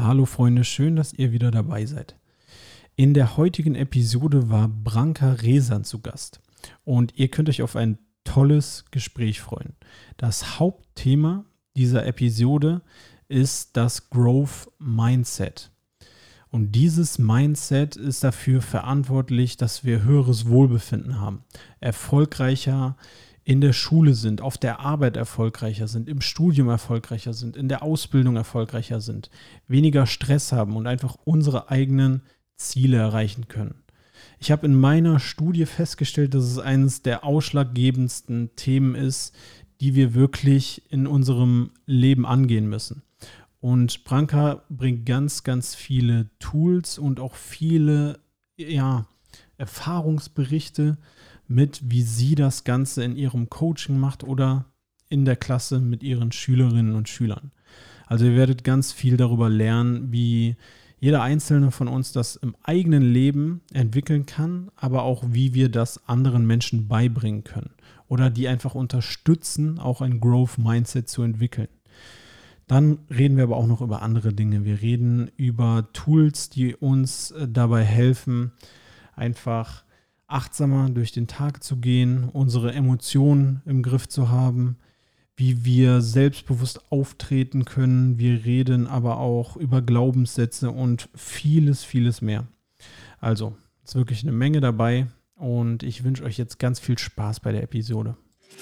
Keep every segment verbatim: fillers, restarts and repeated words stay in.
Hallo Freunde, schön, dass ihr wieder dabei seid. In der heutigen Episode war Branka Rezan zu Gast und ihr könnt euch auf ein tolles Gespräch freuen. Das Hauptthema dieser Episode ist das Growth Mindset. Und dieses Mindset ist dafür verantwortlich, dass wir höheres Wohlbefinden haben, erfolgreicher in der Schule sind, auf der Arbeit erfolgreicher sind, im Studium erfolgreicher sind, in der Ausbildung erfolgreicher sind, weniger Stress haben und einfach unsere eigenen Ziele erreichen können. Ich habe in meiner Studie festgestellt, dass es eines der ausschlaggebendsten Themen ist, die wir wirklich in unserem Leben angehen müssen. Und Branka bringt ganz, ganz viele Tools und auch viele ja, Erfahrungsberichte mit, wie sie das Ganze in ihrem Coaching macht oder in der Klasse mit ihren Schülerinnen und Schülern. Also ihr werdet ganz viel darüber lernen, wie jeder Einzelne von uns das im eigenen Leben entwickeln kann, aber auch wie wir das anderen Menschen beibringen können oder die einfach unterstützen, auch ein Growth Mindset zu entwickeln. Dann reden wir aber auch noch über andere Dinge. Wir reden über Tools, die uns dabei helfen, einfach achtsamer durch den Tag zu gehen, unsere Emotionen im Griff zu haben, wie wir selbstbewusst auftreten können. Wir reden aber auch über Glaubenssätze und vieles, vieles mehr. Also, ist wirklich eine Menge dabei und ich wünsche euch jetzt ganz viel Spaß bei der Episode.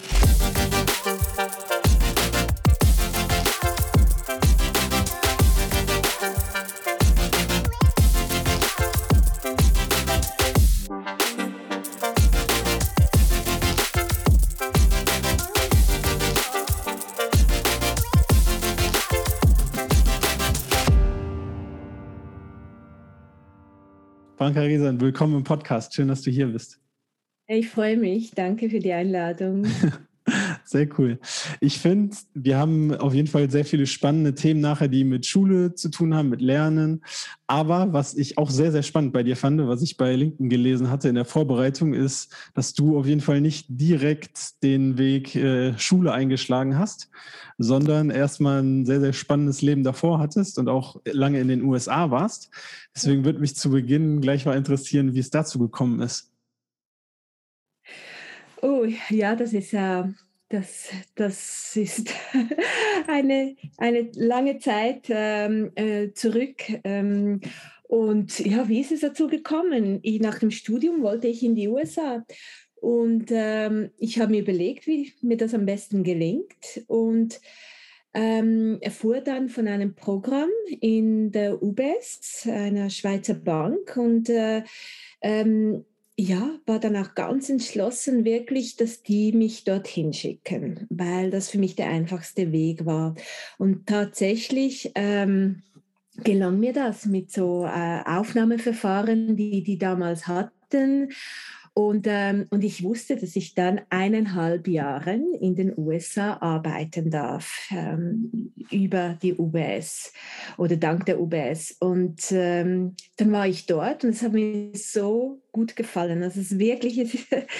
Branka Rezan, willkommen im Podcast. Schön, dass du hier bist. Ich freue mich. Danke für die Einladung. Sehr cool. Ich finde, wir haben auf jeden Fall sehr viele spannende Themen nachher, die mit Schule zu tun haben, mit Lernen. Aber was ich auch sehr, sehr spannend bei dir fand, was ich bei LinkedIn gelesen hatte in der Vorbereitung, ist, dass du auf jeden Fall nicht direkt den Weg äh, Schule eingeschlagen hast, sondern erstmal ein sehr, sehr spannendes Leben davor hattest und auch lange in den U S A warst. Deswegen würde mich zu Beginn gleich mal interessieren, wie es dazu gekommen ist. Oh ja, das ist, äh, das, das ist eine, eine lange Zeit ähm, äh, zurück. Ähm, und ja, wie ist es dazu gekommen? Ich, nach dem Studium wollte ich in die U S A. Und ähm, ich habe mir überlegt, wie mir das am besten gelingt. Und ähm, erfuhr dann von einem Programm in der U B S, einer Schweizer Bank. Und äh, ähm, ja, war dann auch ganz entschlossen wirklich, dass die mich dorthin schicken, weil das für mich der einfachste Weg war. Und tatsächlich ähm, gelang mir das mit so äh, Aufnahmeverfahren, die die damals hatten. Und, ähm, und ich wusste, dass ich dann eineinhalb Jahre in den U S A arbeiten darf, ähm, über die U B S oder dank der U B S. Und ähm, dann war ich dort und es hat mir so gut gefallen. Also es ist wirklich, es,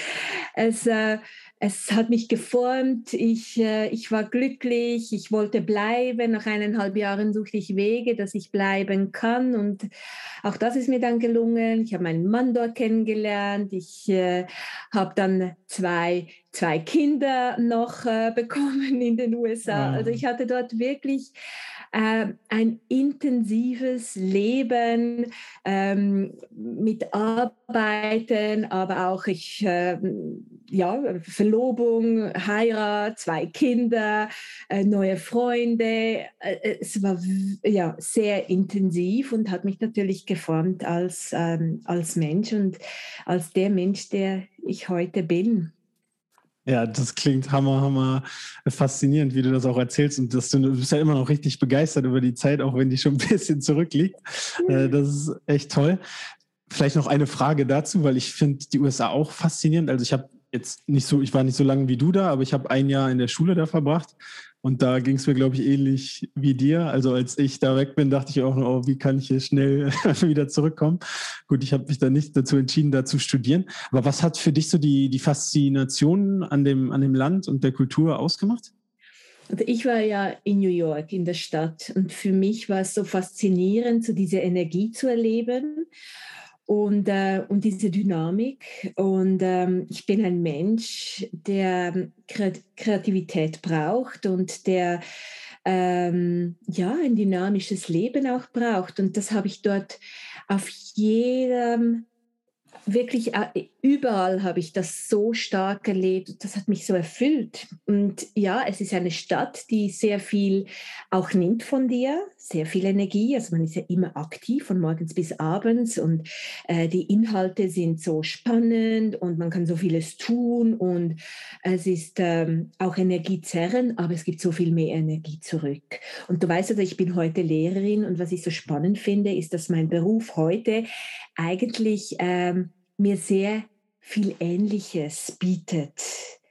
es, äh, es hat mich geformt, ich, äh, ich war glücklich, ich wollte bleiben. Nach eineinhalb Jahren suchte ich Wege, dass ich bleiben kann. Und auch das ist mir dann gelungen. Ich habe meinen Mann dort kennengelernt. Ich äh, habe dann zwei, zwei Kinder noch äh, bekommen in den U S A. Also ich hatte dort wirklich äh, ein intensives Leben ähm, mit Arbeiten, aber auch ich, äh, ja, Verlobung, Heirat, zwei Kinder, äh, neue Freunde. Äh, es war ja sehr intensiv und hat mich natürlich geformt als, ähm, als Mensch und als der Mensch, der ich heute bin. Ja, das klingt hammer, hammer faszinierend, wie du das auch erzählst und dass du, du bist ja immer noch richtig begeistert über die Zeit, auch wenn die schon ein bisschen zurückliegt. Ja. Das ist echt toll. Vielleicht noch eine Frage dazu, weil ich finde die U S A auch faszinierend. Also ich habe jetzt nicht so, ich war nicht so lange wie du da, aber ich habe ein Jahr in der Schule da verbracht und da ging es mir, glaube ich, ähnlich wie dir. Also als ich da weg bin, dachte ich auch, oh, wie kann ich hier schnell wieder zurückkommen? Gut, ich habe mich dann nicht dazu entschieden, da zu studieren. Aber was hat für dich so die, die Faszination an dem, an dem Land und der Kultur ausgemacht? Also ich war ja in New York, in der Stadt, und für mich war es so faszinierend, so diese Energie zu erleben und, äh, und diese Dynamik. Und ähm, ich bin ein Mensch, der Kreat- Kreativität braucht und der ähm, ja ein dynamisches Leben auch braucht. Und das habe ich dort auf jedem wirklich, äh, überall habe ich das so stark erlebt. Das hat mich so erfüllt. Und ja, es ist eine Stadt, die sehr viel auch nimmt von dir, sehr viel Energie. Also man ist ja immer aktiv von morgens bis abends, und äh, die Inhalte sind so spannend und man kann so vieles tun, und es ist ähm, auch energiezerrend, aber es gibt so viel mehr Energie zurück. Und du weißt ja, ich bin heute Lehrerin, und was ich so spannend finde, ist, dass mein Beruf heute eigentlich ähm, mir sehr viel Ähnliches bietet.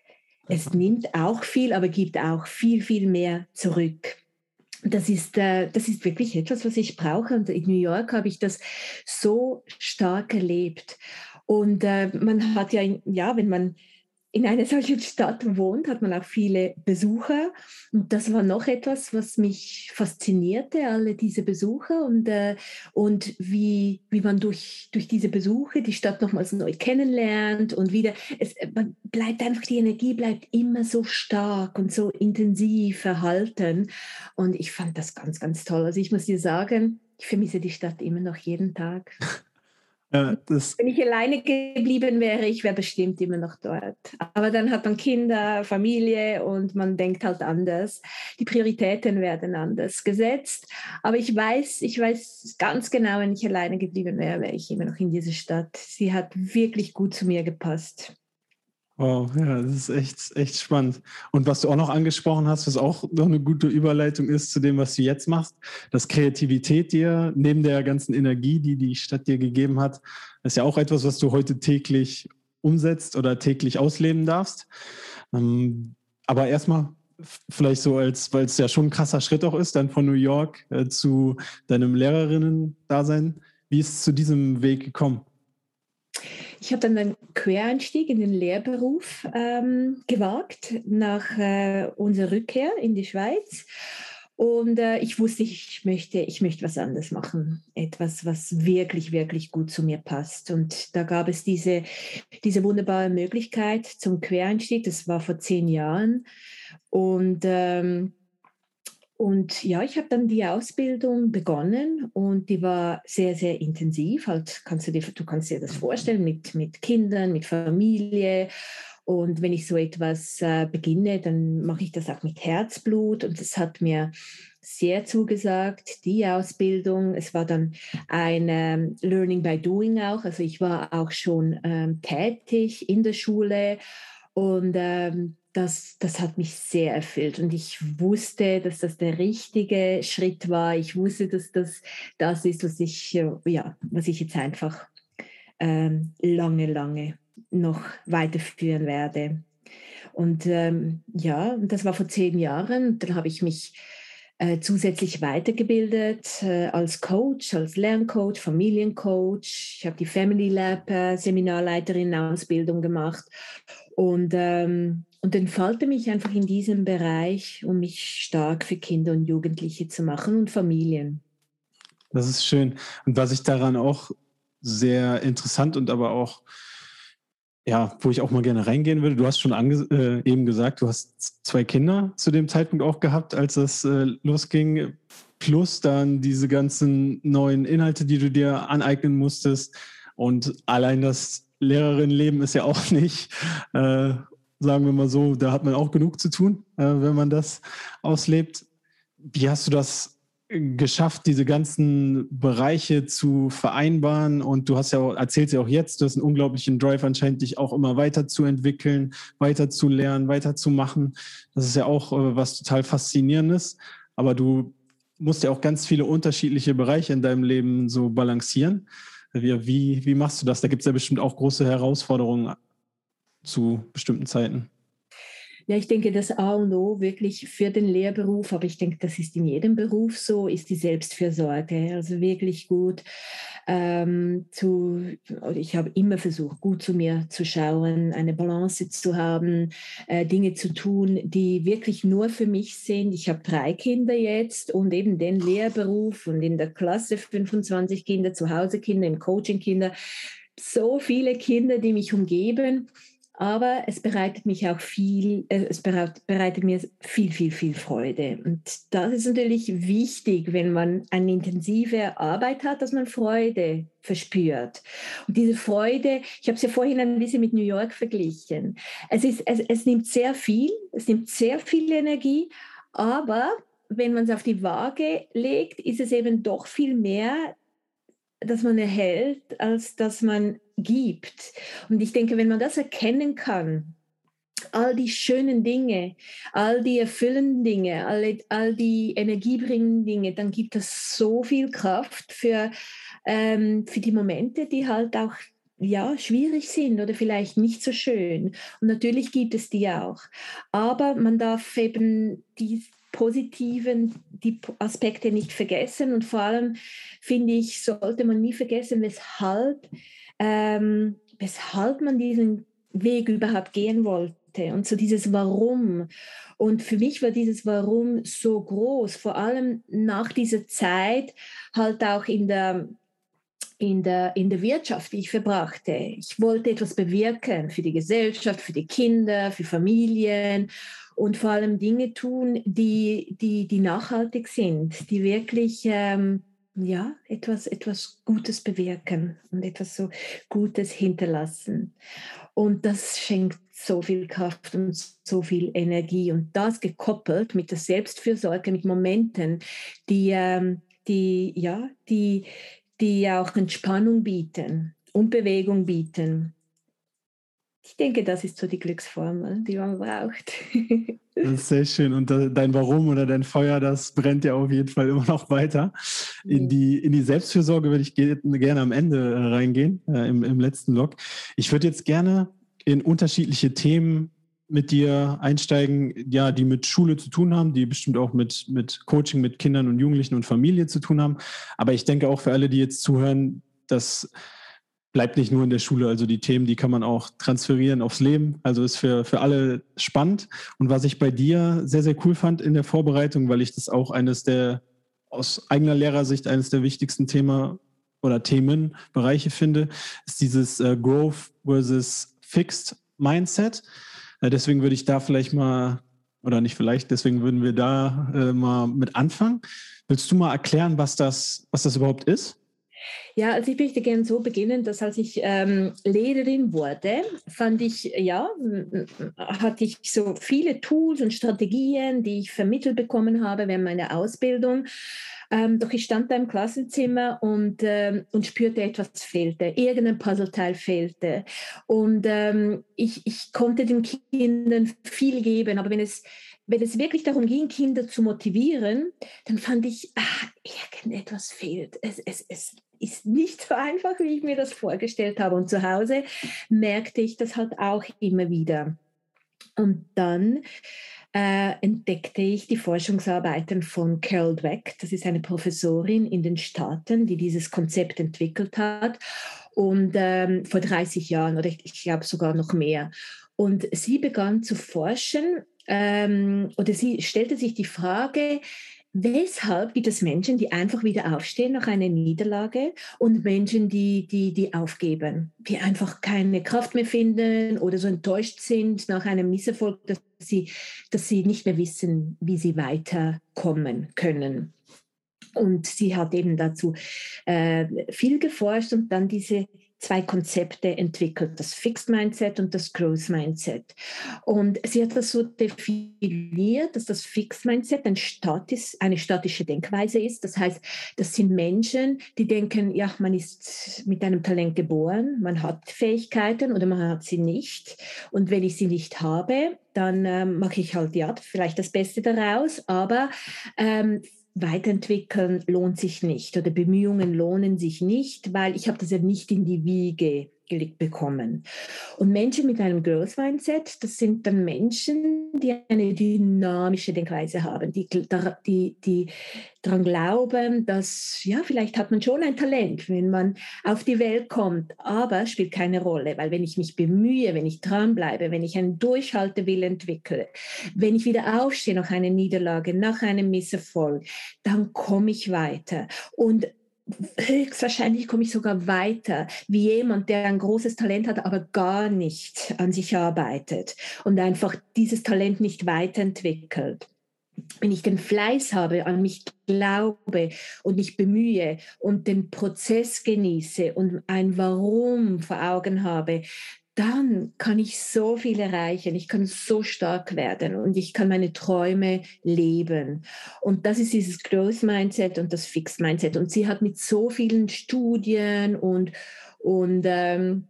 Es nimmt auch viel, aber gibt auch viel, viel mehr zurück. Das ist, äh, das ist wirklich etwas, was ich brauche. Und in New York habe ich das so stark erlebt. Und äh, man hat ja, ja, wenn man in einer solchen Stadt wohnt, hat man auch viele Besucher. Und das war noch etwas, was mich faszinierte, alle diese Besucher, und, äh, und wie, wie man durch, durch diese Besuche die Stadt nochmals neu kennenlernt und wieder, es, man bleibt einfach, die Energie bleibt immer so stark und so intensiv erhalten. Und ich fand das ganz, ganz toll. Also ich muss dir sagen, ich vermisse die Stadt immer noch jeden Tag. Ja, das, Wenn ich alleine geblieben wäre, ich wäre bestimmt immer noch dort. Aber dann hat man Kinder, Familie, und man denkt halt anders. Die Prioritäten werden anders gesetzt. Aber ich weiß, ich weiß ganz genau, wenn ich alleine geblieben wäre, wäre ich immer noch in dieser Stadt. Sie hat wirklich gut zu mir gepasst. wow, ja, das ist echt, echt spannend. Und was du auch noch angesprochen hast, was auch noch eine gute Überleitung ist zu dem, was du jetzt machst, dass Kreativität dir neben der ganzen Energie, die die Stadt dir gegeben hat, ist ja auch etwas, was du heute täglich umsetzt oder täglich ausleben darfst. Ähm, aber erstmal vielleicht so, als, weil es ja schon ein krasser Schritt auch ist, dann von New York äh, zu deinem Lehrerinnen-Dasein. Wie ist es zu diesem Weg gekommen? Ich habe dann einen Quereinstieg in den Lehrberuf ähm, gewagt nach äh, unserer Rückkehr in die Schweiz. Und äh, ich wusste, ich möchte, ich möchte was anderes machen. Etwas, was wirklich, wirklich gut zu mir passt. Und da gab es diese, diese wunderbare Möglichkeit zum Quereinstieg. Das war vor zehn Jahren. Und ähm, und ja, ich habe dann die Ausbildung begonnen, und die war sehr, sehr intensiv. Halt, kannst du dir, du kannst dir das vorstellen, mit, mit Kindern, mit Familie. Und wenn ich so etwas äh, beginne, dann mache ich das auch mit Herzblut. Und das hat mir sehr zugesagt, die Ausbildung. Es war dann ein ähm, Learning by Doing auch. Also ich war auch schon ähm, tätig in der Schule, und ähm, das, das hat mich sehr erfüllt, und ich wusste, dass das der richtige Schritt war. Ich wusste, dass das das ist, was ich, äh, ja, was ich jetzt einfach ähm, lange, lange noch weiterführen werde. Und ähm, ja, das war vor zehn Jahren. Dann habe ich mich äh, zusätzlich weitergebildet äh, als Coach, als Lerncoach, Familiencoach. Ich habe die Family Lab äh, Seminarleiterin-Ausbildung gemacht, und, ähm, und entfalte mich einfach in diesem Bereich, um mich stark für Kinder und Jugendliche zu machen und Familien. Das ist schön. Und was ich daran auch sehr interessant und aber auch, ja, wo ich auch mal gerne reingehen würde, du hast schon ange äh, eben gesagt, du hast zwei Kinder zu dem Zeitpunkt auch gehabt, als das äh, losging, plus dann diese ganzen neuen Inhalte, die du dir aneignen musstest. Und allein das Lehrerinnenleben ist ja auch nicht, äh, sagen wir mal so, da hat man auch genug zu tun, äh, wenn man das auslebt. Wie hast du das geschafft, diese ganzen Bereiche zu vereinbaren? Und du hast ja auch, erzählst ja auch jetzt, du hast einen unglaublichen Drive anscheinend, dich auch immer weiterzuentwickeln, weiterzulernen, weiterzumachen. Das ist ja auch äh, was total Faszinierendes. Aber du musst ja auch ganz viele unterschiedliche Bereiche in deinem Leben so balancieren. Wie, wie, wie machst du das? Da gibt es ja bestimmt auch große Herausforderungen zu bestimmten Zeiten. Ja, ich denke, das A und O wirklich für den Lehrberuf, aber ich denke, das ist in jedem Beruf so, ist die Selbstfürsorge. Also wirklich gut ähm, zu, ich habe immer versucht, gut zu mir zu schauen, eine Balance zu haben, äh, Dinge zu tun, die wirklich nur für mich sind. Ich habe drei Kinder jetzt und eben den Lehrberuf und in der Klasse fünfundzwanzig Kinder, zu Hause Kinder, im Coaching Kinder, so viele Kinder, die mich umgeben. Aber es bereitet mich auch viel, äh, es bereit, bereitet mir viel, viel, viel Freude. Und das ist natürlich wichtig, wenn man eine intensive Arbeit hat, dass man Freude verspürt. Und diese Freude, ich habe es ja vorhin ein bisschen mit New York verglichen. Es, ist, es, es nimmt sehr viel, es nimmt sehr viel Energie, aber wenn man es auf die Waage legt, ist es eben doch viel mehr, dass man erhält, als dass man gibt. Und ich denke, wenn man das erkennen kann, all die schönen Dinge, all die erfüllenden Dinge, all, all die energiebringenden Dinge, dann gibt es so viel Kraft für, ähm, für die Momente, die halt auch ja, schwierig sind oder vielleicht nicht so schön. Und natürlich gibt es die auch. Aber man darf eben die positiven die Aspekte nicht vergessen. Und vor allem, finde ich, sollte man nie vergessen, weshalb, ähm, weshalb man diesen Weg überhaupt gehen wollte. Und so dieses Warum. Und für mich war dieses Warum so groß, vor allem nach dieser Zeit, halt auch in der, in der, in der Wirtschaft, die ich verbrachte. Ich wollte etwas bewirken für die Gesellschaft, für die Kinder, für Familien und vor allem Dinge tun, die, die, die nachhaltig sind, die wirklich ähm, ja, etwas, etwas Gutes bewirken und etwas so Gutes hinterlassen. Und das schenkt so viel Kraft und so viel Energie. Und das gekoppelt mit der Selbstfürsorge, mit Momenten, die, ähm, die, ja, die, die auch Entspannung bieten und Bewegung bieten. Ich denke, das ist so die Glücksformel, die man braucht. Das ist sehr schön. Und dein Warum oder dein Feuer, das brennt ja auf jeden Fall immer noch weiter. In die, in die Selbstfürsorge würde ich gerne am Ende reingehen, äh, im, im letzten Blog. Ich würde jetzt gerne in unterschiedliche Themen mit dir einsteigen, ja, die mit Schule zu tun haben, die bestimmt auch mit, mit Coaching mit Kindern und Jugendlichen und Familie zu tun haben. Aber ich denke auch für alle, die jetzt zuhören, das bleibt nicht nur in der Schule. Also die Themen, die kann man auch transferieren aufs Leben. Also ist für, für alle spannend. Und was ich bei dir sehr, sehr cool fand in der Vorbereitung, weil ich das auch eines der, aus eigener Lehrersicht, eines der wichtigsten Themen oder Themenbereiche finde, ist dieses äh, Growth versus Fixed Mindset. Äh, deswegen würde ich da vielleicht mal, oder nicht vielleicht, deswegen würden wir da äh, mal mit anfangen. Willst du mal erklären, was das, was das überhaupt ist? Ja, also ich möchte gerne so beginnen, dass als ich ähm, Lehrerin wurde, fand ich, ja, hatte ich so viele Tools und Strategien, die ich vermittelt bekommen habe während meiner Ausbildung. Ähm, doch ich stand da im Klassenzimmer und, ähm, und spürte, etwas fehlte, irgendein Puzzleteil fehlte. Und ähm, ich, ich konnte den Kindern viel geben, aber wenn es, wenn es wirklich darum ging, Kinder zu motivieren, dann fand ich, ach, irgendetwas fehlt. Es, es, es ist nicht so einfach, wie ich mir das vorgestellt habe. Und zu Hause merkte ich das halt auch immer wieder. Und dann äh, entdeckte ich die Forschungsarbeiten von Carol Dweck. Das ist eine Professorin in den Staaten, die dieses Konzept entwickelt hat. Und ähm, vor dreißig Jahren, oder ich, ich glaube sogar noch mehr. Und sie begann zu forschen, ähm, oder sie stellte sich die Frage, weshalb gibt es Menschen, die einfach wieder aufstehen nach einer Niederlage und Menschen, die, die, die aufgeben, die einfach keine Kraft mehr finden oder so enttäuscht sind nach einem Misserfolg, dass sie, dass sie nicht mehr wissen, wie sie weiterkommen können. Und sie hat eben dazu äh, viel geforscht und dann diese zwei Konzepte entwickelt, das Fixed Mindset und das Growth Mindset. Und sie hat das so definiert, dass das Fixed Mindset ein Statis, eine statische Denkweise ist. Das heißt, das sind Menschen, die denken, ja, man ist mit einem Talent geboren, man hat Fähigkeiten oder man hat sie nicht. Und wenn ich sie nicht habe, dann ähm, mache ich halt ja vielleicht das Beste daraus, aber ähm, Weiterentwickeln lohnt sich nicht oder Bemühungen lohnen sich nicht, weil ich habe das ja nicht in die Wiege beigelegt bekommen. Und Menschen mit einem Growth Mindset, das sind dann Menschen, die eine dynamische Denkweise haben, die, die, die daran glauben, dass, ja, vielleicht hat man schon ein Talent, wenn man auf die Welt kommt, aber es spielt keine Rolle, weil wenn ich mich bemühe, wenn ich dranbleibe, wenn ich einen Durchhaltewillen entwickle, wenn ich wieder aufstehe nach einer Niederlage, nach einem Misserfolg, dann komme ich weiter. Und höchstwahrscheinlich komme ich sogar weiter wie jemand, der ein großes Talent hat, aber gar nicht an sich arbeitet und einfach dieses Talent nicht weiterentwickelt. Wenn ich den Fleiß habe, an mich glaube und mich bemühe und den Prozess genieße und ein Warum vor Augen habe, dann kann ich so viel erreichen, ich kann so stark werden und ich kann meine Träume leben. Und das ist dieses Growth Mindset und das Fixed Mindset. Und sie hat mit so vielen Studien und, und ähm,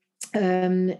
ähm,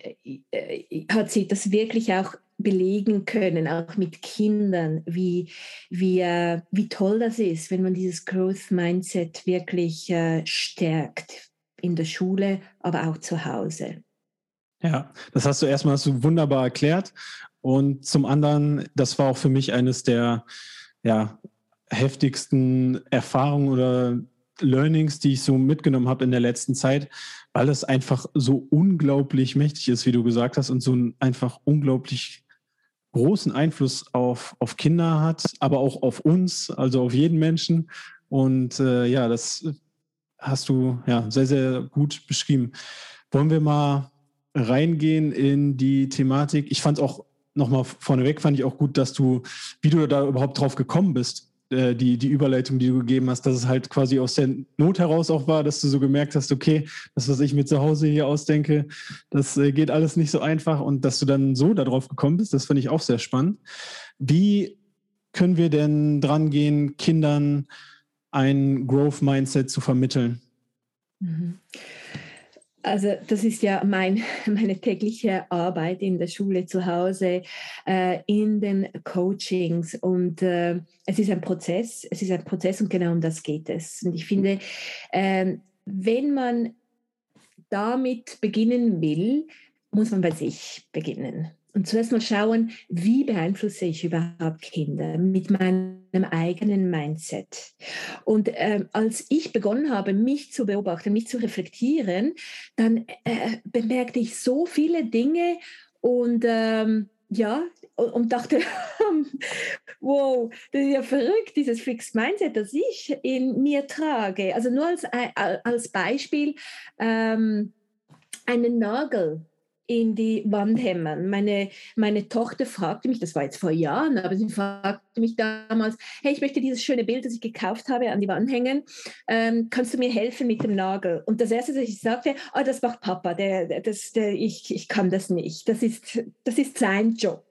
hat sie das wirklich auch belegen können, auch mit Kindern, wie, wie, äh, wie toll das ist, wenn man dieses Growth Mindset wirklich äh, stärkt in der Schule, aber auch zu Hause. Ja, das hast du erstmal so wunderbar erklärt. Und zum anderen, das war auch für mich eines der ja, heftigsten Erfahrungen oder Learnings, die ich so mitgenommen habe in der letzten Zeit, weil es einfach so unglaublich mächtig ist, wie du gesagt hast, und so einen einfach unglaublich großen Einfluss auf, auf Kinder hat, aber auch auf uns, also auf jeden Menschen. Und äh, ja, das hast du ja sehr, sehr gut beschrieben. Wollen wir mal reingehen in die Thematik? Ich fand es auch nochmal vorneweg, fand ich auch gut, dass du, wie du da überhaupt drauf gekommen bist, äh, die, die Überleitung, die du gegeben hast, dass es halt quasi aus der Not heraus auch war, dass du so gemerkt hast, okay, das, was ich mir zu Hause hier ausdenke, das äh, geht alles nicht so einfach und dass du dann so darauf gekommen bist, das finde ich auch sehr spannend. Wie können wir denn dran gehen, Kindern ein Growth-Mindset zu vermitteln? Mhm. Also das ist ja mein, meine tägliche Arbeit in der Schule, zu Hause, äh, in den Coachings. Und äh, es ist ein Prozess, es ist ein Prozess und genau um das geht es. Und ich finde, äh, wenn man damit beginnen will, muss man bei sich beginnen. Und zuerst mal schauen, wie beeinflusse ich überhaupt Kinder mit meinem eigenen Mindset. Und ähm, als ich begonnen habe, mich zu beobachten, mich zu reflektieren, dann äh, bemerkte ich so viele Dinge und ähm, ja, und, und dachte, wow, das ist ja verrückt, dieses Fixed Mindset, das ich in mir trage. Also nur als, als Beispiel, ähm, einen Nagel in die Wand hämmern. Meine, meine Tochter fragte mich, das war jetzt vor Jahren, aber sie fragte mich damals, hey, ich möchte dieses schöne Bild, das ich gekauft habe, an die Wand hängen. Ähm, kannst du mir helfen mit dem Nagel? Und das Erste, was ich sagte, oh, das macht Papa, der, das, der, ich, ich kann das nicht. Das ist, das ist sein Job.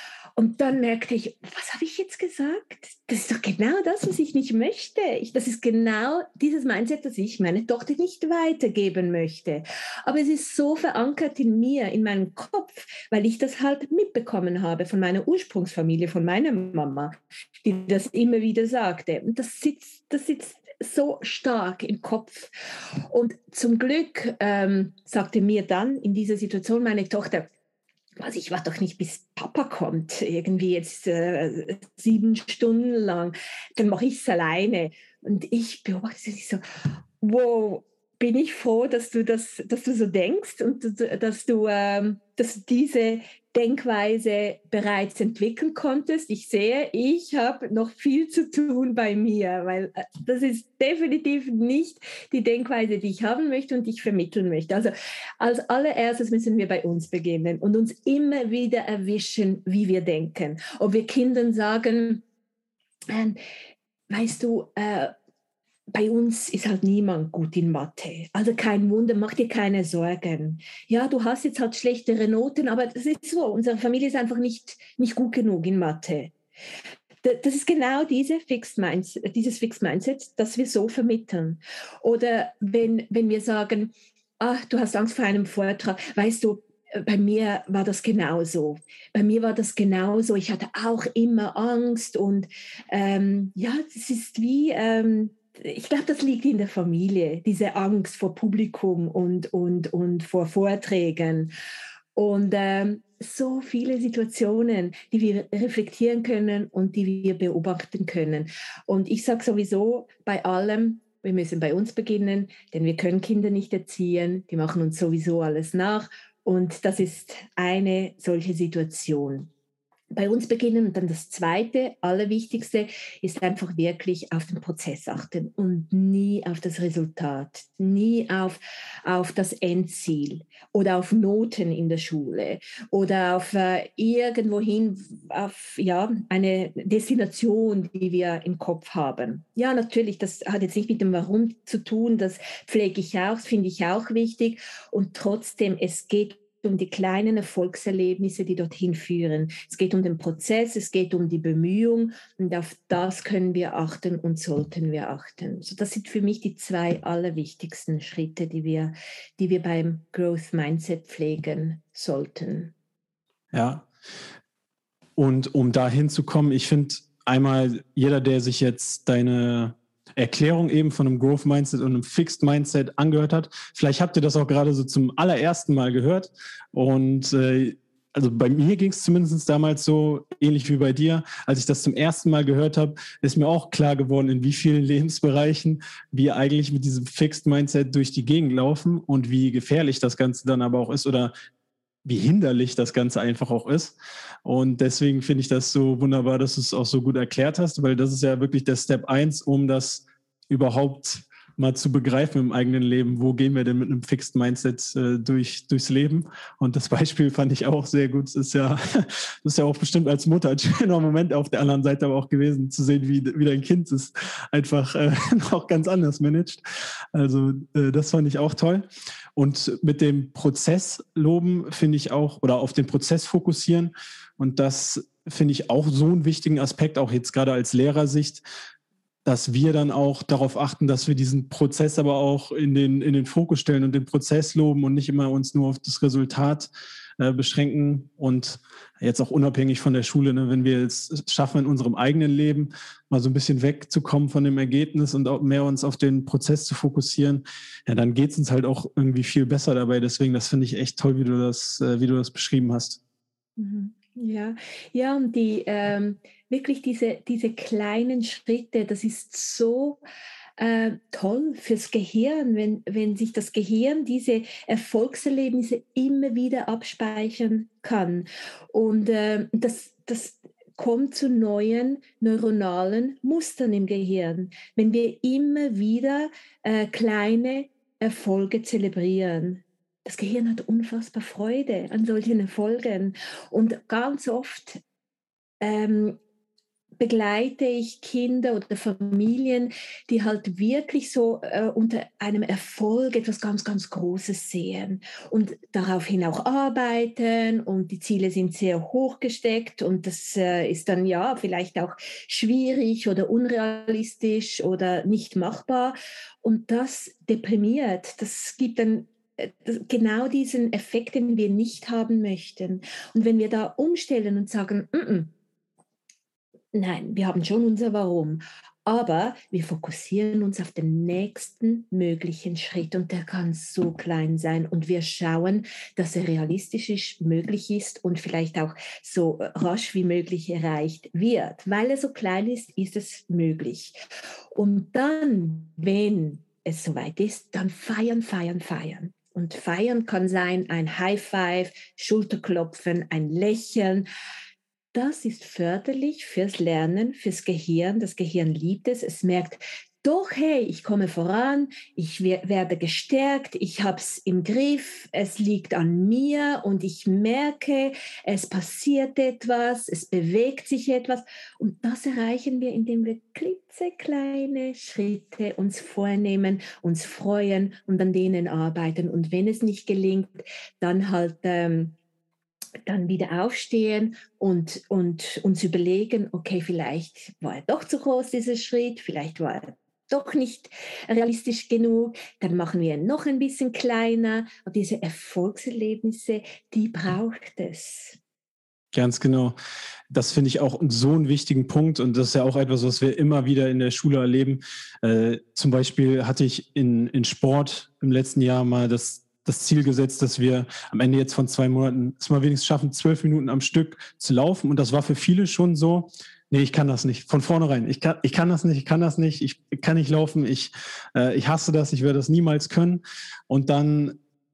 Und dann merkte ich, was habe ich jetzt gesagt? Das ist doch genau das, was ich nicht möchte. Ich, das ist genau dieses Mindset, das ich meine Tochter nicht weitergeben möchte. Aber es ist so verankert in mir, in meinem Kopf, weil ich das halt mitbekommen habe von meiner Ursprungsfamilie, von meiner Mama, die das immer wieder sagte. Und das sitzt, das sitzt so stark im Kopf. Und zum Glück ähm, sagte mir dann in dieser Situation meine Tochter, also ich warte doch nicht, bis Papa kommt, irgendwie jetzt äh, sieben Stunden lang, dann mache ich es alleine. Und ich beobachte sie so, wow, bin ich froh, dass du das, dass du so denkst und dass du, ähm, dass du diese Denkweise bereits entwickeln konntest. Ich sehe, ich habe noch viel zu tun bei mir, weil äh, das ist definitiv nicht die Denkweise, die ich haben möchte und die ich vermitteln möchte. Also als allererstes müssen wir bei uns beginnen und uns immer wieder erwischen, wie wir denken. Ob wir Kindern sagen, äh, weißt du, äh, bei uns ist halt niemand gut in Mathe. Also kein Wunder, mach dir keine Sorgen. Ja, du hast jetzt halt schlechtere Noten, aber das ist so. Unsere Familie ist einfach nicht, nicht gut genug in Mathe. Das ist genau diese Fixed Mindset, dieses Fixed Mindset, das wir so vermitteln. Oder wenn, wenn wir sagen, ach, du hast Angst vor einem Vortrag, weißt du, bei mir war das genauso. Bei mir war das genauso. Ich hatte auch immer Angst und ähm, ja, das ist wie... Ähm, ich glaube, das liegt in der Familie, diese Angst vor Publikum und, und, und vor Vorträgen. Und ähm, so viele Situationen, die wir reflektieren können und die wir beobachten können. Und ich sage sowieso bei allem, wir müssen bei uns beginnen, denn wir können Kinder nicht erziehen, die machen uns sowieso alles nach. Und das ist eine solche Situation. Bei uns beginnen und dann das Zweite, Allerwichtigste, ist einfach wirklich auf den Prozess achten und nie auf das Resultat, nie auf, auf das Endziel oder auf Noten in der Schule oder auf äh, irgendwohin, auf ja, eine Destination, die wir im Kopf haben. Ja, natürlich, das hat jetzt nicht mit dem Warum zu tun, das pflege ich auch, das finde ich auch wichtig und trotzdem, es geht um die kleinen Erfolgserlebnisse, die dorthin führen. Es geht um den Prozess, es geht um die Bemühung und auf das können wir achten und sollten wir achten. So, das sind für mich die zwei allerwichtigsten Schritte, die wir, die wir beim Growth Mindset pflegen sollten. Ja, und um da hinzukommen, ich finde einmal, jeder, der sich jetzt deine Erklärung eben von einem Growth Mindset und einem Fixed Mindset angehört hat, vielleicht habt ihr das auch gerade so zum allerersten Mal gehört und äh, also bei mir ging es zumindest damals so, ähnlich wie bei dir, als ich das zum ersten Mal gehört habe, ist mir auch klar geworden, in wie vielen Lebensbereichen wir eigentlich mit diesem Fixed Mindset durch die Gegend laufen und wie gefährlich das Ganze dann aber auch ist oder wie hinderlich das Ganze einfach auch ist. Und deswegen finde ich das so wunderbar, dass du es auch so gut erklärt hast, weil das ist ja wirklich der Step eins, um das überhaupt mal zu begreifen im eigenen Leben. Wo gehen wir denn mit einem Fixed Mindset äh, durch, durchs Leben? Und das Beispiel fand ich auch sehr gut. Das ist ja, das ist ja auch bestimmt als Mutter ein schöner Moment auf der anderen Seite aber auch gewesen, zu sehen, wie, wie dein Kind es einfach äh, noch ganz anders managt. Also äh, das fand ich auch toll. Und mit dem Prozess loben finde ich auch, oder auf den Prozess fokussieren. Und das finde ich auch so einen wichtigen Aspekt, auch jetzt gerade als Lehrersicht, dass wir dann auch darauf achten, dass wir diesen Prozess aber auch in den, in den Fokus stellen und den Prozess loben und nicht immer uns nur auf das Resultat äh, beschränken. Und jetzt auch unabhängig von der Schule, ne, wenn wir es schaffen, in unserem eigenen Leben mal so ein bisschen wegzukommen von dem Ergebnis und auch mehr uns auf den Prozess zu fokussieren, ja, dann geht es uns halt auch irgendwie viel besser dabei. Deswegen, das finde ich echt toll, wie du das, äh, wie du das beschrieben hast. Mhm. Ja, ja, und die ähm, wirklich diese, diese kleinen Schritte, das ist so äh, toll fürs Gehirn, wenn, wenn sich das Gehirn diese Erfolgserlebnisse immer wieder abspeichern kann. Und äh, das, das kommt zu neuen neuronalen Mustern im Gehirn, wenn wir immer wieder äh, kleine Erfolge zelebrieren. Das Gehirn hat unfassbar Freude an solchen Erfolgen. Und ganz oft ähm, begleite ich Kinder oder Familien, die halt wirklich so äh, unter einem Erfolg etwas ganz, ganz Großes sehen und daraufhin auch arbeiten und die Ziele sind sehr hoch gesteckt und das äh, ist dann ja vielleicht auch schwierig oder unrealistisch oder nicht machbar und das deprimiert, das gibt dann äh, genau diesen Effekt, den wir nicht haben möchten. Und wenn wir da umstellen und sagen, mm-mm, nein, wir haben schon unser Warum, aber wir fokussieren uns auf den nächsten möglichen Schritt und der kann so klein sein und wir schauen, dass er realistisch ist, möglich ist und vielleicht auch so rasch wie möglich erreicht wird. Weil er so klein ist, ist es möglich. Und dann, wenn es soweit ist, dann feiern, feiern, feiern. Und feiern kann sein ein High Five, Schulterklopfen, ein Lächeln. Das ist förderlich fürs Lernen, fürs Gehirn. Das Gehirn liebt es. Es merkt, doch, hey, ich komme voran, ich werde gestärkt, ich habe es im Griff, es liegt an mir und ich merke, es passiert etwas, es bewegt sich etwas. Und das erreichen wir, indem wir klitzekleine Schritte uns vornehmen, uns freuen und an denen arbeiten. Und wenn es nicht gelingt, dann halt... Ähm, dann wieder aufstehen und, und uns überlegen, okay, vielleicht war er doch zu groß, dieser Schritt, vielleicht war er doch nicht realistisch genug, dann machen wir ihn noch ein bisschen kleiner. Und diese Erfolgserlebnisse, die braucht es. Ganz genau. Das finde ich auch so einen wichtigen Punkt und das ist ja auch etwas, was wir immer wieder in der Schule erleben. Äh, zum Beispiel hatte ich in, in Sport im letzten Jahr mal das, das Ziel gesetzt, dass wir am Ende jetzt von zwei Monaten es mal wenigstens schaffen, zwölf Minuten am Stück zu laufen. Und das war für viele schon so, nee, ich kann das nicht. Von vornherein. Ich kann, ich kann das nicht, ich kann das nicht, ich kann nicht laufen, ich, äh, ich hasse das, ich werde das niemals können. Und dann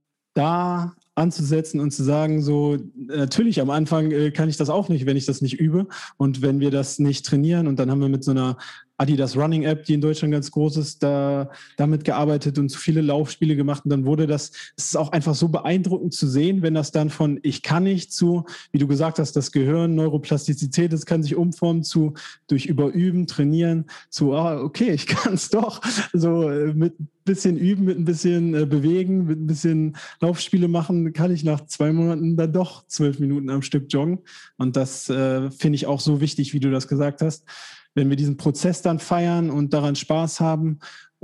da anzusetzen und zu sagen, so natürlich am Anfang äh, kann ich das auch nicht, wenn ich das nicht übe und wenn wir das nicht trainieren. Und dann haben wir mit so einer Adidas Running App, die in Deutschland ganz groß ist, da damit gearbeitet und so viele Laufspiele gemacht. Und dann wurde das, es ist auch einfach so beeindruckend zu sehen, wenn das dann von ich kann nicht zu, wie du gesagt hast, das Gehirn, Neuroplastizität, das kann sich umformen zu durch Überüben, Trainieren, zu, ah, okay, ich kann es doch. So äh, mit ein bisschen üben, mit ein bisschen äh, bewegen, mit ein bisschen Laufspiele machen, kann ich nach zwei Monaten dann doch zwölf Minuten am Stück joggen. Und das äh, finde ich auch so wichtig, wie du das gesagt hast. Wenn wir diesen Prozess dann feiern und daran Spaß haben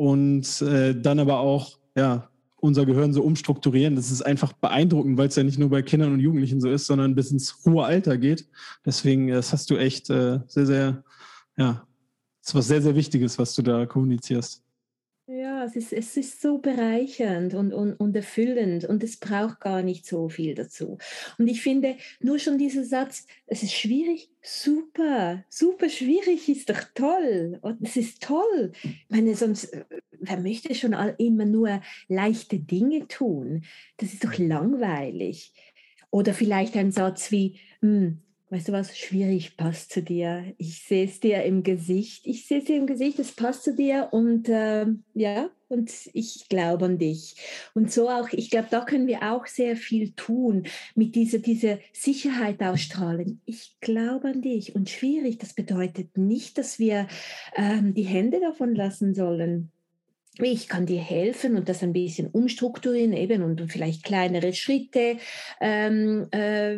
und äh, dann aber auch ja, unser Gehirn so umstrukturieren, das ist einfach beeindruckend, weil es ja nicht nur bei Kindern und Jugendlichen so ist, sondern bis ins hohe Alter geht. Deswegen, das hast du echt äh, sehr, sehr, ja, das ist was sehr, sehr Wichtiges, was du da kommunizierst. Ja, es ist, es ist so bereichernd und, und, und erfüllend und es braucht gar nicht so viel dazu. Und ich finde, nur schon dieser Satz, es ist schwierig, super, super schwierig ist doch toll. Und es ist toll. Ich meine, sonst, äh, wer möchte schon all, immer nur leichte Dinge tun? Das ist doch langweilig. Oder vielleicht ein Satz wie, "Hm, weißt du was, schwierig passt zu dir. Ich sehe es dir im Gesicht. Ich sehe es dir im Gesicht, es passt zu dir und ähm, ja, und ich glaube an dich." Und so auch, ich glaube, da können wir auch sehr viel tun, mit dieser, dieser Sicherheit ausstrahlen. Ich glaube an dich. Und schwierig, das bedeutet nicht, dass wir ähm, die Hände davon lassen sollen. Ich kann dir helfen und das ein bisschen umstrukturieren eben und vielleicht kleinere Schritte ähm, äh,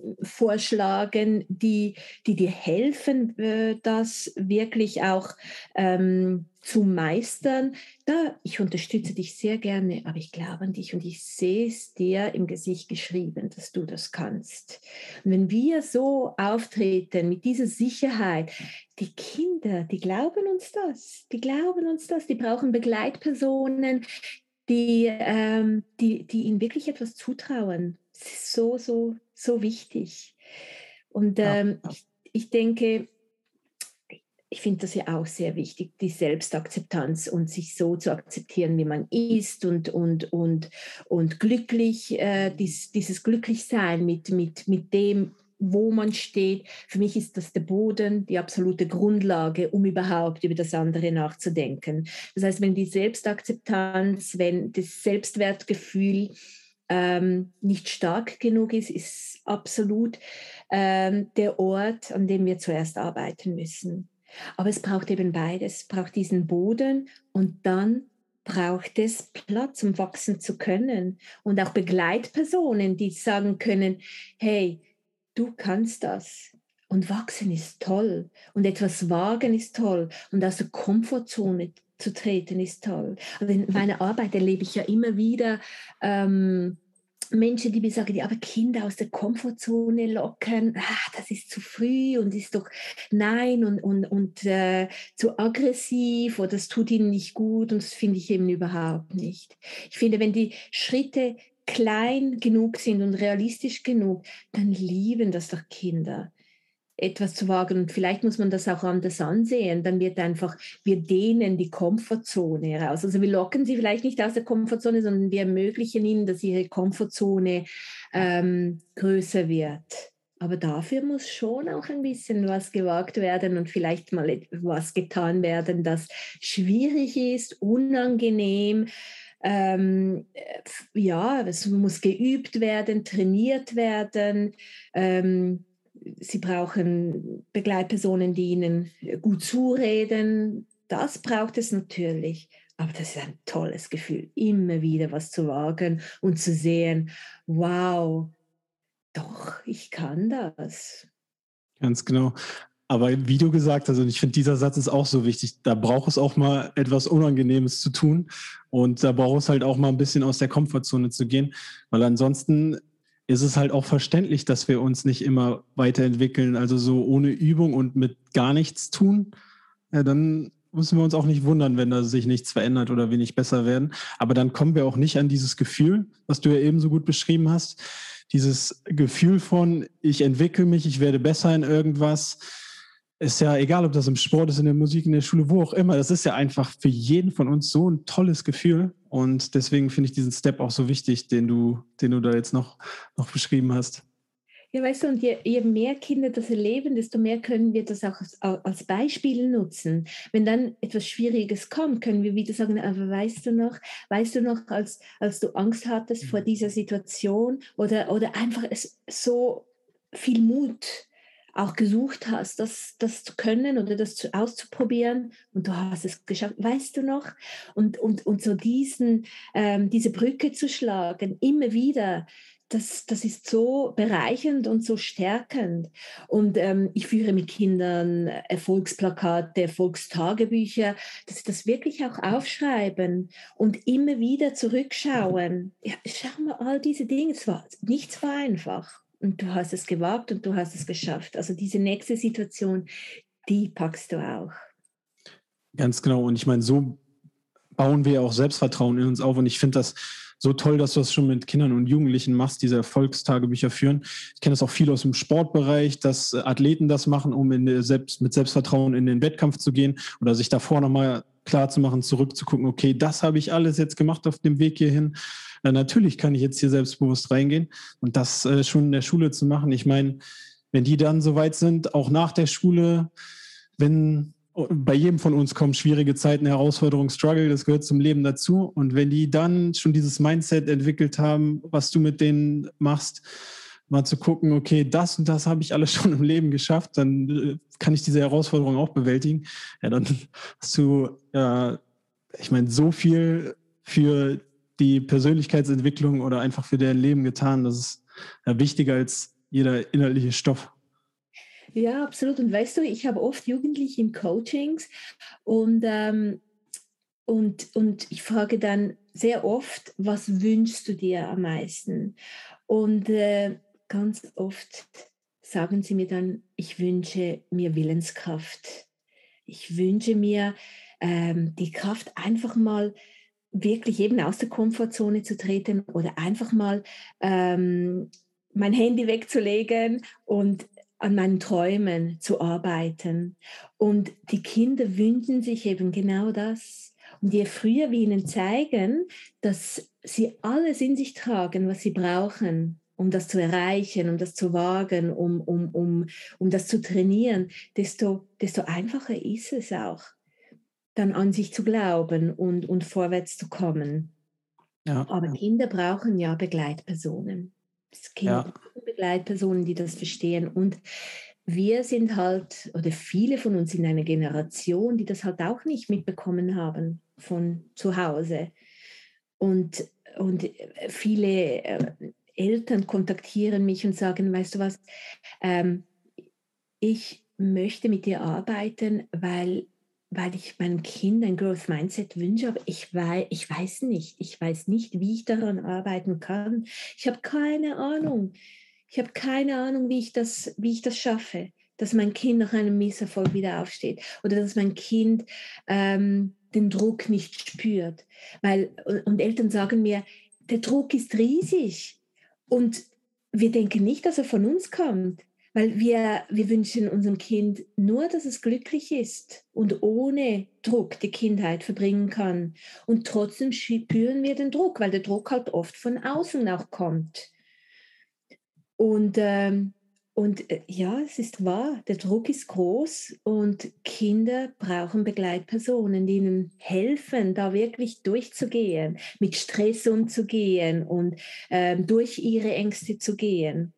vorschlagen, die, die dir helfen, äh, das wirklich auch ähm, zu meistern. Da, ich unterstütze dich sehr gerne, aber ich glaube an dich und ich sehe es dir im Gesicht geschrieben, dass du das kannst. Und wenn wir so auftreten mit dieser Sicherheit, die Kinder, die glauben uns das. Die glauben uns das. Die brauchen Begleitpersonen, die, ähm, die, die ihnen wirklich etwas zutrauen. Das ist so, so, so wichtig. Und Ja, ähm, ich, ich denke, ich finde das ja auch sehr wichtig, die Selbstakzeptanz und sich so zu akzeptieren, wie man ist und, und, und, und glücklich, äh, dies, dieses Glücklichsein mit, mit, mit dem, wo man steht. Für mich ist das der Boden, die absolute Grundlage, um überhaupt über das andere nachzudenken. Das heißt, wenn die Selbstakzeptanz, wenn das Selbstwertgefühl ähm, nicht stark genug ist, ist absolut ähm, der Ort, an dem wir zuerst arbeiten müssen. Aber es braucht eben beides. Es braucht diesen Boden und dann braucht es Platz, um wachsen zu können. Und auch Begleitpersonen, die sagen können, hey, du kannst das. Und wachsen ist toll. Und etwas wagen ist toll. Und aus der Komfortzone zu treten ist toll. Also in meiner Arbeit erlebe ich ja immer wieder ähm, Menschen, die mir sagen, ja, aber Kinder aus der Komfortzone locken, ah, das ist zu früh und ist doch nein und, und, und äh, zu aggressiv oder das tut ihnen nicht gut und das finde ich eben überhaupt nicht. Ich finde, wenn die Schritte klein genug sind und realistisch genug, dann lieben das doch Kinder, etwas zu wagen. Und vielleicht muss man das auch anders ansehen. Dann wird einfach, wir dehnen die Komfortzone heraus. Also wir locken sie vielleicht nicht aus der Komfortzone, sondern wir ermöglichen ihnen, dass ihre Komfortzone ähm, größer wird. Aber dafür muss schon auch ein bisschen was gewagt werden und vielleicht mal etwas getan werden, das schwierig ist, unangenehm. Ähm, ja, es muss geübt werden, trainiert werden. Ähm, Sie brauchen Begleitpersonen, die ihnen gut zureden. Das braucht es natürlich. Aber das ist ein tolles Gefühl, immer wieder was zu wagen und zu sehen, wow, doch, ich kann das. ganz genau. Aber wie du gesagt hast, und ich finde, dieser Satz ist auch so wichtig, da braucht es auch mal etwas Unangenehmes zu tun und da braucht es halt auch mal ein bisschen aus der Komfortzone zu gehen, weil ansonsten ist es halt auch verständlich, dass wir uns nicht immer weiterentwickeln. Also so ohne Übung und mit gar nichts tun, ja, dann müssen wir uns auch nicht wundern, wenn da sich nichts verändert oder wir nicht besser werden. Aber dann kommen wir auch nicht an dieses Gefühl, was du ja eben so gut beschrieben hast. Dieses Gefühl von, ich entwickle mich, ich werde besser in irgendwas. Ist ja egal, ob das im Sport ist, in der Musik, in der Schule, wo auch immer. Das ist ja einfach für jeden von uns so ein tolles Gefühl. Und deswegen finde ich diesen Step auch so wichtig, den du, den du da jetzt noch, noch beschrieben hast. Ja, weißt du, und je, je mehr Kinder das erleben, desto mehr können wir das auch als, als Beispiel nutzen. Wenn dann etwas Schwieriges kommt, können wir wieder sagen, aber weißt du noch, weißt du noch, als, als du Angst hattest vor dieser Situation oder, oder einfach es so viel Mut auch gesucht hast, das, das zu können oder das zu, auszuprobieren und du hast es geschafft, weißt du noch? Und, und, und so diesen, ähm, diese Brücke zu schlagen, immer wieder, das, das ist so bereichernd und so stärkend. Und ähm, ich führe mit Kindern Erfolgsplakate, Erfolgstagebücher, dass sie das wirklich auch aufschreiben und immer wieder zurückschauen. Ja, schau mal, all diese Dinge, es war, nichts war einfach. Und du hast es gewagt und du hast es geschafft. Also diese nächste Situation, die packst du auch. Ganz genau. Und ich meine, so bauen wir auch Selbstvertrauen in uns auf. Und ich finde das so toll, dass du das schon mit Kindern und Jugendlichen machst, diese Erfolgstagebücher führen. Ich kenne das auch viel aus dem Sportbereich, dass Athleten das machen, um in selbst, mit Selbstvertrauen in den Wettkampf zu gehen oder sich davor nochmal klar zu machen, zurückzugucken, okay, das habe ich alles jetzt gemacht auf dem Weg hierhin. Na, natürlich kann ich jetzt hier selbstbewusst reingehen und das äh, schon in der Schule zu machen. Ich meine, wenn die dann soweit sind, auch nach der Schule, wenn bei jedem von uns kommen schwierige Zeiten, Herausforderungen, Struggle, das gehört zum Leben dazu. Und wenn die dann schon dieses Mindset entwickelt haben, was du mit denen machst, mal zu gucken, okay, das und das habe ich alles schon im Leben geschafft, dann kann ich diese Herausforderung auch bewältigen. Ja, dann hast du, ja, ich meine, so viel für die Persönlichkeitsentwicklung oder einfach für deren Leben getan. Das ist ja wichtiger als jeder inhaltliche Stoff. Ja, absolut. Und weißt du, ich habe oft Jugendliche in Coachings und, ähm, und, und ich frage dann sehr oft, was wünschst du dir am meisten? Und äh, ganz oft sagen sie mir dann, ich wünsche mir Willenskraft. Ich wünsche mir ähm, die Kraft, einfach mal wirklich eben aus der Komfortzone zu treten oder einfach mal ähm, mein Handy wegzulegen und an meinen Träumen zu arbeiten. Und die Kinder wünschen sich eben genau das. Und je früher wir ihnen zeigen, dass sie alles in sich tragen, was sie brauchen, um das zu erreichen, um das zu wagen, um, um, um, um das zu trainieren, desto, desto einfacher ist es auch, dann an sich zu glauben und, und vorwärts zu kommen. Ja. Aber Kinder brauchen ja Begleitpersonen. Kinder Ja. brauchen Begleitpersonen, die das verstehen. Und wir sind halt, oder viele von uns in einer Generation, die das halt auch nicht mitbekommen haben von zu Hause. Und, und viele äh, Eltern kontaktieren mich und sagen, weißt du was, ähm, ich möchte mit dir arbeiten, weil weil ich meinem Kind ein Growth Mindset wünsche, aber ich weiß, ich weiß nicht, ich weiß nicht, wie ich daran arbeiten kann. Ich habe keine Ahnung. Ich habe keine Ahnung, wie ich das, wie ich das schaffe, dass mein Kind nach einem Misserfolg wieder aufsteht oder dass mein Kind ähm, den Druck nicht spürt. Weil, und, und Eltern sagen mir, der Druck ist riesig und wir denken nicht, dass er von uns kommt. Weil wir, wir wünschen unserem Kind nur, dass es glücklich ist und ohne Druck die Kindheit verbringen kann. Und trotzdem spüren wir den Druck, weil der Druck halt oft von außen auch kommt. Und, ähm, und äh, ja, es ist wahr, der Druck ist groß und Kinder brauchen Begleitpersonen, die ihnen helfen, da wirklich durchzugehen, mit Stress umzugehen und ähm, durch ihre Ängste zu gehen.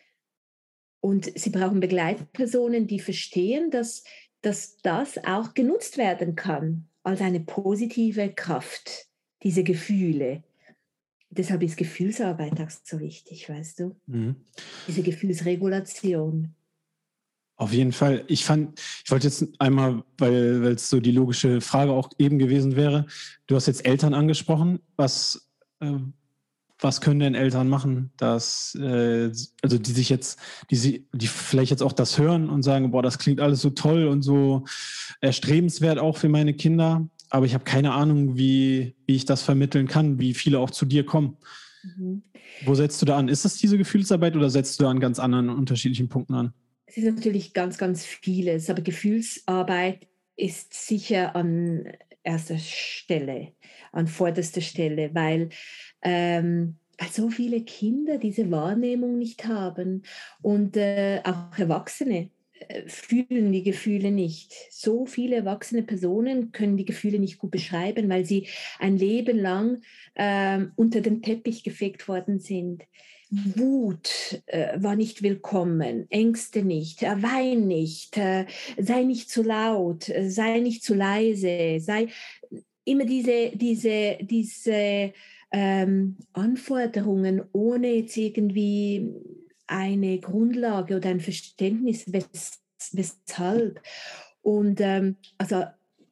Und sie brauchen Begleitpersonen, die verstehen, dass, dass das auch genutzt werden kann als eine positive Kraft, diese Gefühle. Deshalb ist Gefühlsarbeit auch so wichtig, weißt du? Mhm. Diese Gefühlsregulation. Auf jeden Fall. Ich fand, ich wollte jetzt einmal, weil weil es so die logische Frage auch eben gewesen wäre, du hast jetzt Eltern angesprochen. Was, äh, was können denn Eltern machen, dass, äh, also die sich jetzt, die, sie, die vielleicht jetzt auch das hören und sagen, boah, das klingt alles so toll und so erstrebenswert auch für meine Kinder, aber ich habe keine Ahnung, wie, wie ich das vermitteln kann, wie viele auch zu dir kommen. Mhm. Wo setzt du da an? Ist das diese Gefühlsarbeit oder setzt du da an ganz anderen unterschiedlichen Punkten an? Es ist natürlich ganz, ganz vieles, aber Gefühlsarbeit ist sicher an erster Stelle, an vorderster Stelle, weil, ähm, weil so viele Kinder diese Wahrnehmung nicht haben und äh, auch Erwachsene äh, fühlen die Gefühle nicht. So viele erwachsene Personen können die Gefühle nicht gut beschreiben, weil sie ein Leben lang ähm, unter den Teppich gefegt worden sind. Wut äh, war nicht willkommen, Ängste nicht, äh, wein nicht, äh, sei nicht zu laut, äh, sei nicht zu leise, sei immer diese, diese, diese ähm, Anforderungen ohne jetzt irgendwie eine Grundlage oder ein Verständnis, wes, weshalb. Und ähm, also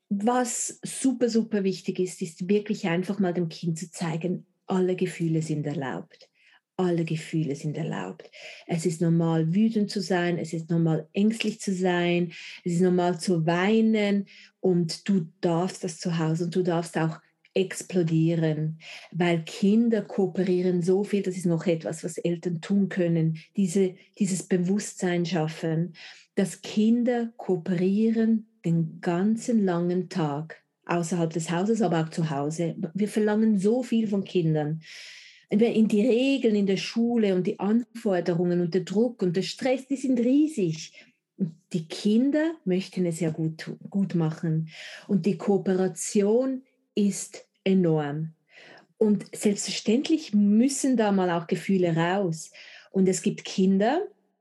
was super, super wichtig ist, ist wirklich einfach mal dem Kind zu zeigen, alle Gefühle sind erlaubt. Alle Gefühle sind erlaubt. Es ist normal, wütend zu sein, es ist normal, ängstlich zu sein, es ist normal zu weinen und du darfst das zu Hause und du darfst auch explodieren, weil Kinder kooperieren so viel, das ist noch etwas, was Eltern tun können, diese, dieses Bewusstsein schaffen, dass Kinder kooperieren den ganzen langen Tag, außerhalb des Hauses, aber auch zu Hause. Wir verlangen so viel von Kindern. In die Regeln in der Schule und die Anforderungen und der Druck und der Stress, die sind riesig. Und die Kinder möchten es ja gut, gut machen. Und die Kooperation ist enorm. Und selbstverständlich müssen da mal auch Gefühle raus. Und es gibt Kinder,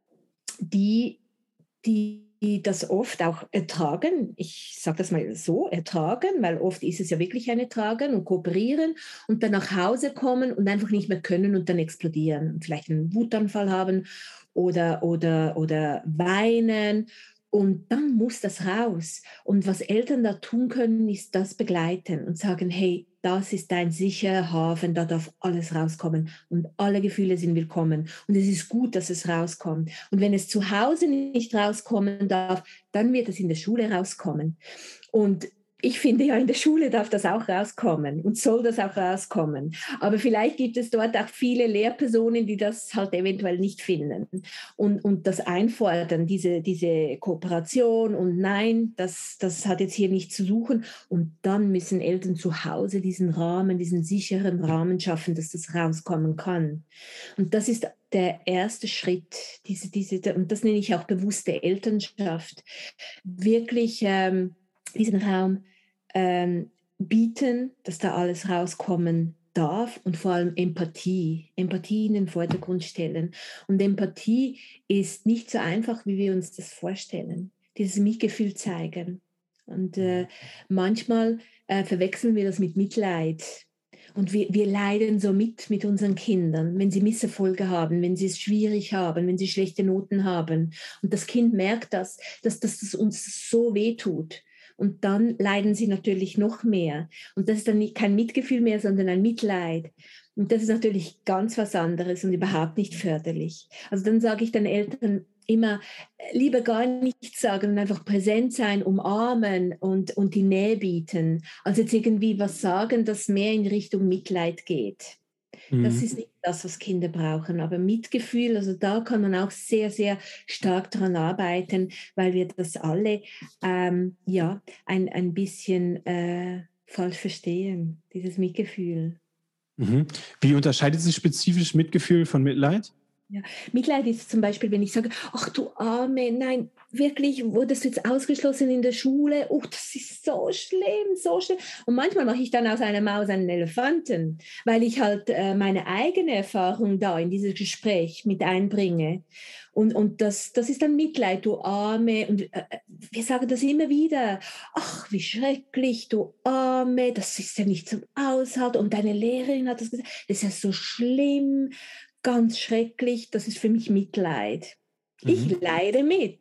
die, die die das oft auch ertragen, ich sage das mal so, ertragen, weil oft ist es ja wirklich ein Ertragen und kooperieren und dann nach Hause kommen und einfach nicht mehr können und dann explodieren und vielleicht einen Wutanfall haben oder, oder, oder weinen. Und dann muss das raus. Und was Eltern da tun können, ist das begleiten und sagen, hey, das ist dein sicherer Hafen, da darf alles rauskommen und alle Gefühle sind willkommen. Und es ist gut, dass es rauskommt. Und wenn es zu Hause nicht rauskommen darf, dann wird es in der Schule rauskommen. Und ich finde ja, in der Schule darf das auch rauskommen und soll das auch rauskommen. Aber vielleicht gibt es dort auch viele Lehrpersonen, die das halt eventuell nicht finden. Und, und das Einfordern, diese, diese Kooperation und nein, das, das hat jetzt hier nichts zu suchen. Und dann müssen Eltern zu Hause diesen Rahmen, diesen sicheren Rahmen schaffen, dass das rauskommen kann. Und das ist der erste Schritt, diese, diese, und das nenne ich auch bewusste Elternschaft. Wirklich ähm, diesen Raum ähm, bieten, dass da alles rauskommen darf und vor allem Empathie, Empathie in den Vordergrund stellen. Und Empathie ist nicht so einfach, wie wir uns das vorstellen. Dieses Mitgefühl zeigen. Und äh, manchmal äh, verwechseln wir das mit Mitleid. Und wir, wir leiden so mit mit unseren Kindern, wenn sie Misserfolge haben, wenn sie es schwierig haben, wenn sie schlechte Noten haben. Und das Kind merkt das, dass, dass das uns so wehtut. Und dann leiden sie natürlich noch mehr. Und das ist dann nicht, kein Mitgefühl mehr, sondern ein Mitleid. Und das ist natürlich ganz was anderes und überhaupt nicht förderlich. Also dann sage ich den Eltern immer, lieber gar nichts sagen und einfach präsent sein, umarmen und, und die Nähe bieten, als jetzt irgendwie was sagen, das mehr in Richtung Mitleid geht. Mhm. Das ist nicht das, was Kinder brauchen, aber Mitgefühl, also da kann man auch sehr, sehr stark daran arbeiten, weil wir das alle ähm, ja, ein, ein bisschen äh, falsch verstehen, dieses Mitgefühl. Mhm. Wie unterscheidet sich spezifisch Mitgefühl von Mitleid? Ja. Mitleid ist zum Beispiel, wenn ich sage, ach du Arme, nein, wirklich, wurdest du jetzt ausgeschlossen in der Schule? Oh, das ist so schlimm, so schlimm. Und manchmal mache ich dann aus einer Maus einen Elefanten, weil ich halt äh, meine eigene Erfahrung da in dieses Gespräch mit einbringe. Und, und das, das ist dann Mitleid, du Arme. Und äh, wir sagen das immer wieder. Ach, wie schrecklich, du Arme, das ist ja nicht zum Aushalten. Und deine Lehrerin hat das gesagt, das ist ja so schlimm. Ganz schrecklich, das ist für mich Mitleid. Mhm. Ich leide mit.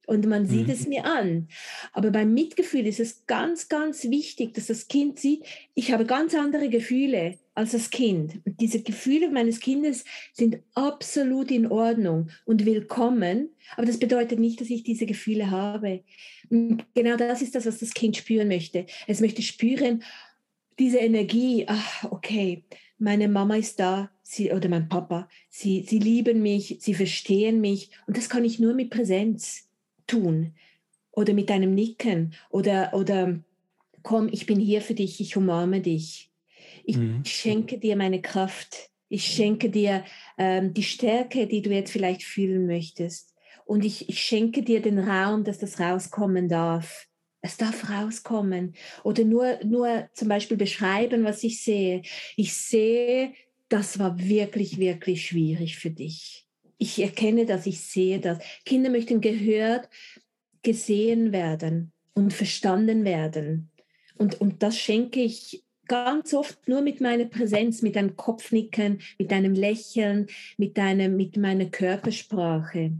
Und man sieht Mhm. es mir an. Aber beim Mitgefühl ist es ganz, ganz wichtig, dass das Kind sieht, ich habe ganz andere Gefühle als das Kind. Und diese Gefühle meines Kindes sind absolut in Ordnung und willkommen. Aber das bedeutet nicht, dass ich diese Gefühle habe. Und genau das ist das, was das Kind spüren möchte. Es möchte spüren, diese Energie, ach, okay, meine Mama ist da, sie, oder mein Papa, sie, sie lieben mich, sie verstehen mich. Und das kann ich nur mit Präsenz tun oder mit einem Nicken oder, oder komm, ich bin hier für dich, ich umarme dich. Ich Mhm. schenke dir meine Kraft. Ich schenke dir ähm, die Stärke, die du jetzt vielleicht fühlen möchtest. Und ich, ich schenke dir den Raum, dass das rauskommen darf. Es darf rauskommen. Oder nur, nur zum Beispiel beschreiben, was ich sehe. Ich sehe, das war wirklich, wirklich schwierig für dich. Ich erkenne das, ich sehe das. Kinder möchten gehört, gesehen werden und verstanden werden. Und, und das schenke ich ganz oft nur mit meiner Präsenz, mit einem Kopfnicken, mit einem Lächeln, mit, einem, mit meiner Körpersprache.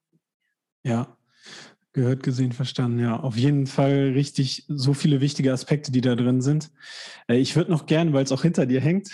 Ja, gehört, gesehen, verstanden. Ja, auf jeden Fall richtig so viele wichtige Aspekte, die da drin sind. Äh, ich würde noch gern, weil es auch hinter dir hängt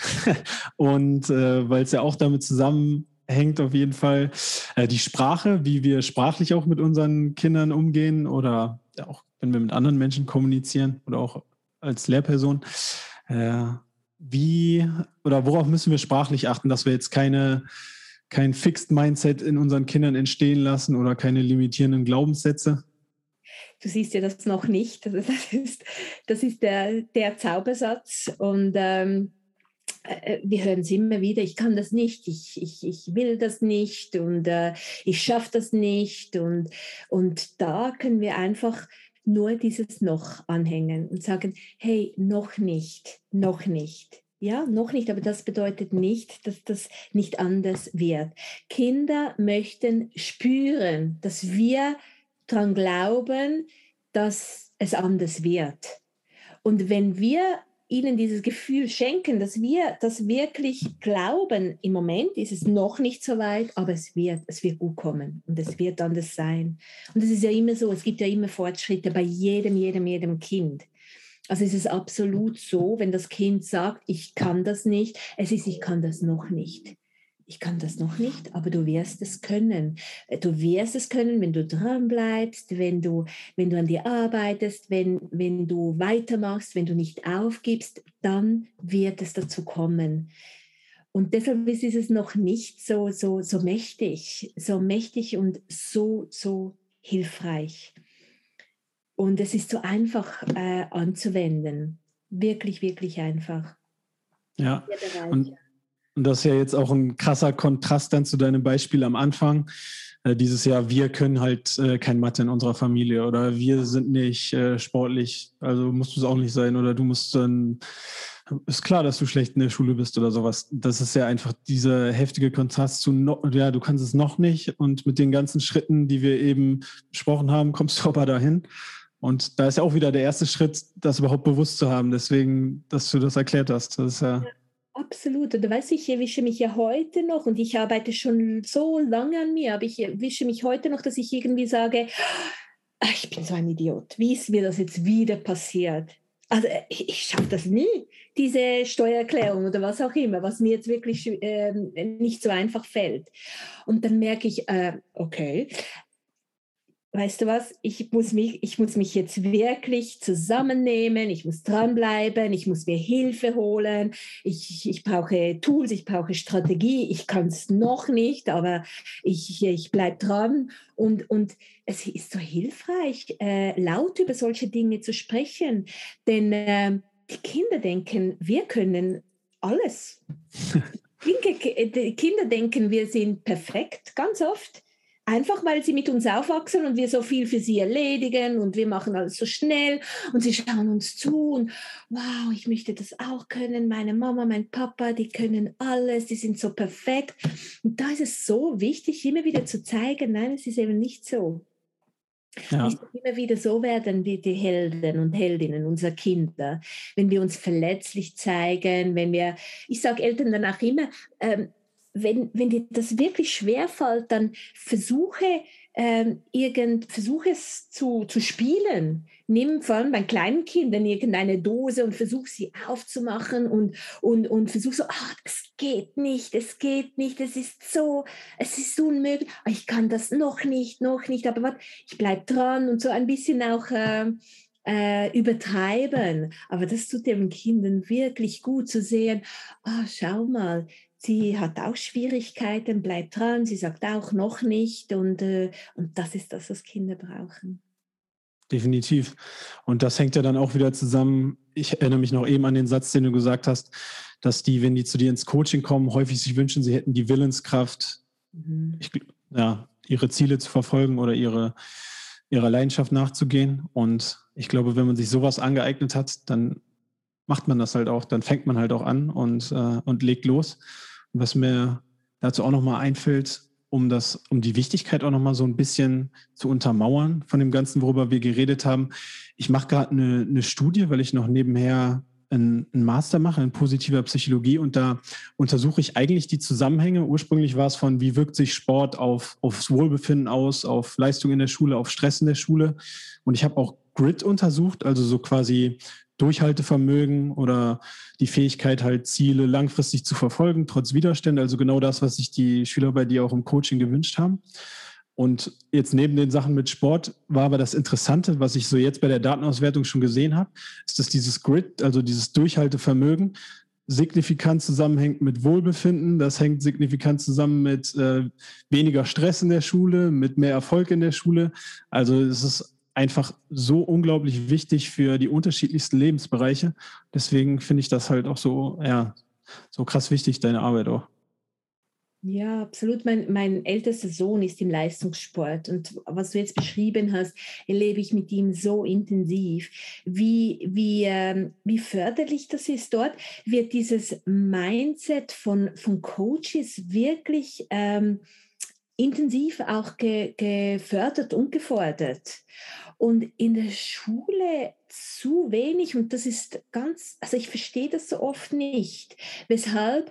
und äh, weil es ja auch damit zusammenhängt, auf jeden Fall äh, die Sprache, wie wir sprachlich auch mit unseren Kindern umgehen oder ja, auch wenn wir mit anderen Menschen kommunizieren oder auch als Lehrperson. Äh, wie oder worauf müssen wir sprachlich achten, dass wir jetzt keine kein Fixed Mindset in unseren Kindern entstehen lassen oder keine limitierenden Glaubenssätze? Du siehst ja das noch nicht. Also das ist, das ist der, der Zaubersatz. Und ähm, äh, wir hören es immer wieder, ich kann das nicht, ich, ich, ich will das nicht und äh, ich schaffe das nicht. Und, und da können wir einfach nur dieses noch anhängen und sagen, hey, noch nicht, noch nicht. Ja, noch nicht, aber das bedeutet nicht, dass das nicht anders wird. Kinder möchten spüren, dass wir daran glauben, dass es anders wird. Und wenn wir ihnen dieses Gefühl schenken, dass wir das wirklich glauben, im Moment ist es noch nicht so weit, aber es wird, es wird gut kommen und es wird anders sein. Und es ist ja immer so, es gibt ja immer Fortschritte bei jedem, jedem, jedem Kind. Also es ist absolut so, wenn das Kind sagt, ich kann das nicht, es ist, ich kann das noch nicht. Ich kann das noch nicht, aber du wirst es können. Du wirst es können, wenn du dran bleibst, wenn du, wenn du an dir arbeitest, wenn, wenn du weitermachst, wenn du nicht aufgibst, dann wird es dazu kommen. Und deshalb ist es noch nicht so, so, so mächtig, so mächtig und so, so hilfreich. Und es ist so einfach äh, anzuwenden. Wirklich, wirklich einfach. Ja, Sehr bereit. und, und das ist ja jetzt auch ein krasser Kontrast dann zu deinem Beispiel am Anfang. Äh, dieses Jahr, wir können halt äh, kein Mathe in unserer Familie oder wir sind nicht äh, sportlich, also musst du es auch nicht sein oder du musst dann, ist klar, dass du schlecht in der Schule bist oder sowas. Das ist ja einfach dieser heftige Kontrast zu, no, ja, du kannst es noch nicht und mit den ganzen Schritten, die wir eben besprochen haben, kommst du aber dahin. Und da ist ja auch wieder der erste Schritt, das überhaupt bewusst zu haben. Deswegen, dass du das erklärt hast. Das ist ja. Absolut. Und du weißt, ich erwische mich ja heute noch und ich arbeite schon so lange an mir, aber ich erwische mich heute noch, dass ich irgendwie sage, "Ah, ich bin so ein Idiot. Wie ist mir das jetzt wieder passiert? Also ich, ich schaffe das nie, diese Steuererklärung oder was auch immer, was mir jetzt wirklich äh, nicht so einfach fällt. Und dann merke ich, äh, okay, weißt du was, ich muss, mich, ich muss mich jetzt wirklich zusammennehmen, ich muss dranbleiben, ich muss mir Hilfe holen, ich, ich brauche Tools, ich brauche Strategie, ich kann es noch nicht, aber ich, ich bleibe dran. Und, und es ist so hilfreich, äh, laut über solche Dinge zu sprechen, denn äh, die Kinder denken, wir können alles. Die Kinder denken, wir sind perfekt, ganz oft. Einfach weil sie mit uns aufwachsen und wir so viel für sie erledigen und wir machen alles so schnell und sie schauen uns zu und wow, ich möchte das auch können. Meine Mama, mein Papa, die können alles, die sind so perfekt. Und da ist es so wichtig, immer wieder zu zeigen, nein, es ist eben nicht so. Ja. Nicht immer wieder so werden wie die Helden und Heldinnen unserer Kinder, wenn wir uns verletzlich zeigen, wenn wir, ich sage Eltern danach immer, ähm, wenn, wenn dir das wirklich schwerfällt, dann versuche, ähm, irgend, versuche es zu, zu spielen. Nimm vor allem bei kleinen Kindern irgendeine Dose und versuch sie aufzumachen und, und, und versuch so, ah, es geht nicht, es geht nicht, es ist so, es ist unmöglich, ah, ich kann das noch nicht, noch nicht, aber warte, ich bleib dran und so ein bisschen auch äh, äh, übertreiben. Aber das tut den Kindern wirklich gut zu sehen, ah, schau mal, sie hat auch Schwierigkeiten, bleibt dran, sie sagt auch noch nicht und, äh, und das ist das, was Kinder brauchen. Definitiv. Und das hängt ja dann auch wieder zusammen. Ich erinnere mich noch eben an den Satz, den du gesagt hast, dass die, wenn die zu dir ins Coaching kommen, häufig sich wünschen, sie hätten die Willenskraft, Mhm. ich, ja, ihre Ziele zu verfolgen oder ihre, ihrer Leidenschaft nachzugehen. Und ich glaube, wenn man sich sowas angeeignet hat, dann macht man das halt auch, dann fängt man halt auch an und, äh, und legt los. Und was mir dazu auch nochmal einfällt, um das, um die Wichtigkeit auch nochmal so ein bisschen zu untermauern von dem Ganzen, worüber wir geredet haben. Ich mache gerade eine, eine Studie, weil ich noch nebenher einen, einen Master mache in positiver Psychologie und da untersuche ich eigentlich die Zusammenhänge. Ursprünglich war es von, wie wirkt sich Sport auf, aufs Wohlbefinden aus, auf Leistung in der Schule, auf Stress in der Schule. Und ich habe auch Grit untersucht, also so quasi Durchhaltevermögen oder die Fähigkeit, halt Ziele langfristig zu verfolgen, trotz Widerstände. Also genau das, was sich die Schüler bei dir auch im Coaching gewünscht haben. Und jetzt neben den Sachen mit Sport war aber das Interessante, was ich so jetzt bei der Datenauswertung schon gesehen habe, ist, dass dieses Grit, also dieses Durchhaltevermögen, signifikant zusammenhängt mit Wohlbefinden. Das hängt signifikant zusammen mit äh, weniger Stress in der Schule, mit mehr Erfolg in der Schule. Also es ist einfach so unglaublich wichtig für die unterschiedlichsten Lebensbereiche. Deswegen finde ich das halt auch so, ja, so krass wichtig, deine Arbeit auch. Ja, absolut. Mein, mein ältester Sohn ist im Leistungssport und was du jetzt beschrieben hast, erlebe ich mit ihm so intensiv, wie, wie, ähm, wie förderlich das ist. Dort wird dieses Mindset von, von Coaches wirklich ähm, intensiv auch ge, gefördert und gefordert. Und in der Schule zu wenig und das ist ganz, also ich verstehe das so oft nicht, weshalb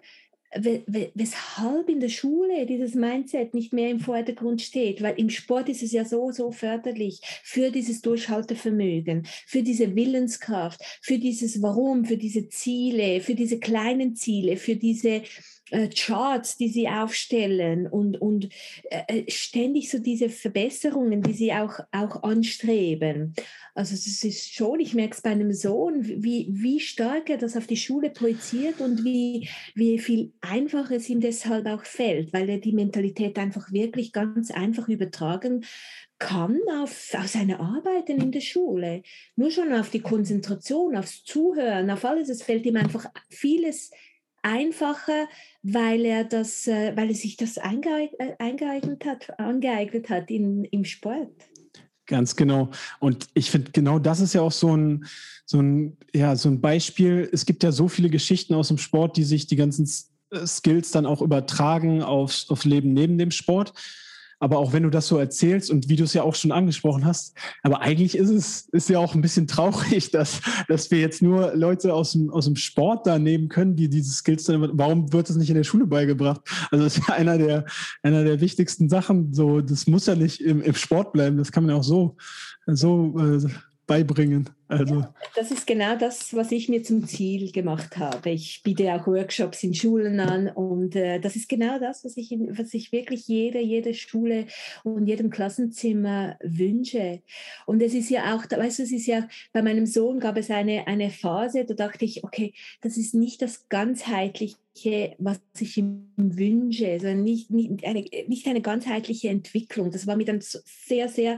weshalb in der Schule dieses Mindset nicht mehr im Vordergrund steht, weil im Sport ist es ja so, so förderlich für dieses Durchhaltevermögen, für diese Willenskraft, für dieses Warum, für diese Ziele, für diese kleinen Ziele, für diese äh, Charts, die sie aufstellen und, und äh, ständig so diese Verbesserungen, die sie auch, auch anstreben. Also es ist schon, ich merke es bei einem Sohn, wie, wie stark er das auf die Schule projiziert und wie, wie viel einfacher es ihm deshalb auch fällt, weil er die Mentalität einfach wirklich ganz einfach übertragen kann auf, auf seine Arbeiten in der Schule. Nur schon auf die Konzentration, aufs Zuhören, auf alles. Es fällt ihm einfach vieles einfacher, weil er, das, äh, weil er sich das eingeeignet, eingeeignet hat, angeeignet hat in, im Sport. Ganz genau. Und ich finde, genau das ist ja auch so ein, so ein, ja, so ein Beispiel. Es gibt ja so viele Geschichten aus dem Sport, die sich die ganzen Skills dann auch übertragen aufs, aufs Leben neben dem Sport. Aber auch wenn du das so erzählst und wie du es ja auch schon angesprochen hast, aber eigentlich ist es ist ja auch ein bisschen traurig, dass, dass wir jetzt nur Leute aus dem, aus dem Sport da nehmen können, die diese Skills dann, warum wird das nicht in der Schule beigebracht? Also das ist ja einer der, einer der wichtigsten Sachen. So, das muss ja nicht im, im Sport bleiben, das kann man ja auch so, so äh, beibringen. Also. Ja, das ist genau das, was ich mir zum Ziel gemacht habe. Ich biete auch Workshops in Schulen an und äh, das ist genau das, was ich, in, was ich wirklich jeder, jede Schule und jedem Klassenzimmer wünsche. Und es ist ja auch, weißt du, es ist ja, bei meinem Sohn gab es eine, eine Phase, da dachte ich, okay, das ist nicht das ganzheitliche, was ich ihm wünsche, sondern nicht, nicht, eine, nicht eine ganzheitliche Entwicklung. Das war mir dann sehr, sehr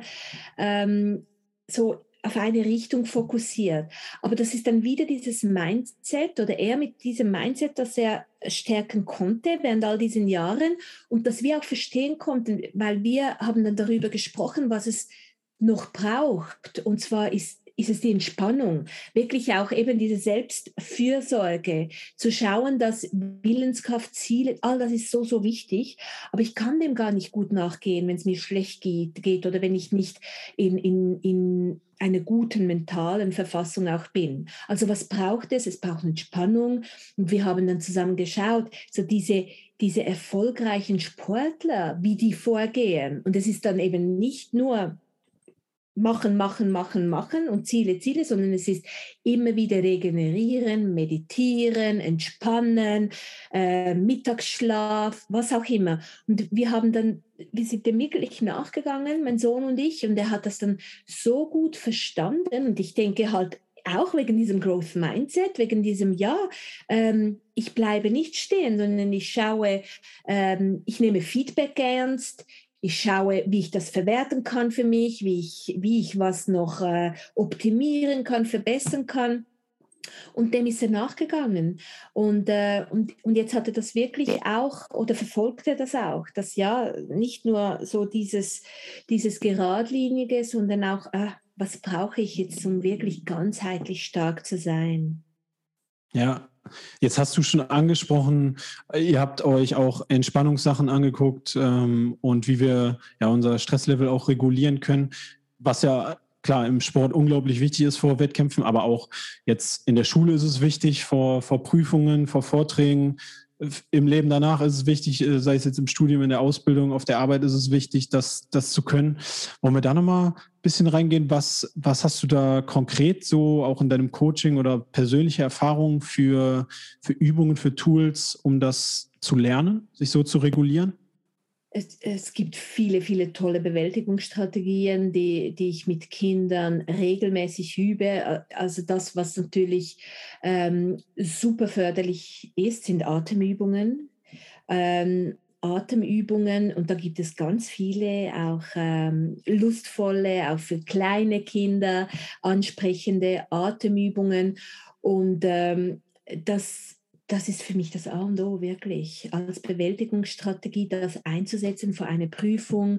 ähm, so auf eine Richtung fokussiert. Aber das ist dann wieder dieses Mindset oder er mit diesem Mindset, das er stärken konnte während all diesen Jahren und dass wir auch verstehen konnten, weil wir haben dann darüber gesprochen, was es noch braucht. Und zwar ist ist es die Entspannung, wirklich auch eben diese Selbstfürsorge, zu schauen, dass Willenskraft, Ziele, all das ist so, so wichtig, aber ich kann dem gar nicht gut nachgehen, wenn es mir schlecht geht, geht oder wenn ich nicht in, in, in einer guten mentalen Verfassung auch bin. Also was braucht es? Es braucht Entspannung und wir haben dann zusammen geschaut, so diese diese erfolgreichen Sportler, wie die vorgehen. Und es ist dann eben nicht nur machen, machen, machen, machen und Ziele, Ziele, sondern es ist immer wieder regenerieren, meditieren, entspannen, äh, Mittagsschlaf, was auch immer. Und wir haben dann, wir sind dem wirklich nachgegangen, mein Sohn und ich, und er hat das dann so gut verstanden. Und ich denke halt, auch wegen diesem Growth Mindset, wegen diesem, ja, ähm, ich bleibe nicht stehen, sondern ich schaue, ähm, ich nehme Feedback ernst, ich schaue, wie ich das verwerten kann für mich, wie ich, wie ich was noch äh, optimieren kann, verbessern kann. Und dem ist er nachgegangen. Und, äh, und, und jetzt hat er das wirklich auch, oder verfolgt er das auch, dass ja nicht nur so dieses, dieses Geradlinige, sondern auch, äh, was brauche ich jetzt, um wirklich ganzheitlich stark zu sein? Ja, jetzt hast du schon angesprochen, ihr habt euch auch Entspannungssachen angeguckt ähm, und wie wir ja unser Stresslevel auch regulieren können, was ja klar im Sport unglaublich wichtig ist vor Wettkämpfen, aber auch jetzt in der Schule ist es wichtig, vor, vor Prüfungen, vor Vorträgen. Im Leben danach ist es wichtig, sei es jetzt im Studium, in der Ausbildung, auf der Arbeit ist es wichtig, das, das zu können. Wollen wir da nochmal ein bisschen reingehen? Was, was hast du da konkret so auch in deinem Coaching oder persönliche Erfahrungen für, für Übungen, für Tools, um das zu lernen, sich so zu regulieren? Es, es gibt viele, viele tolle Bewältigungsstrategien, die, die ich mit Kindern regelmäßig übe. Also das, was natürlich ähm, super förderlich ist, sind Atemübungen. Ähm, Atemübungen und da gibt es ganz viele, auch ähm, lustvolle, auch für kleine Kinder ansprechende Atemübungen und ähm, das das ist für mich das A und O, wirklich, als Bewältigungsstrategie das einzusetzen für eine Prüfung,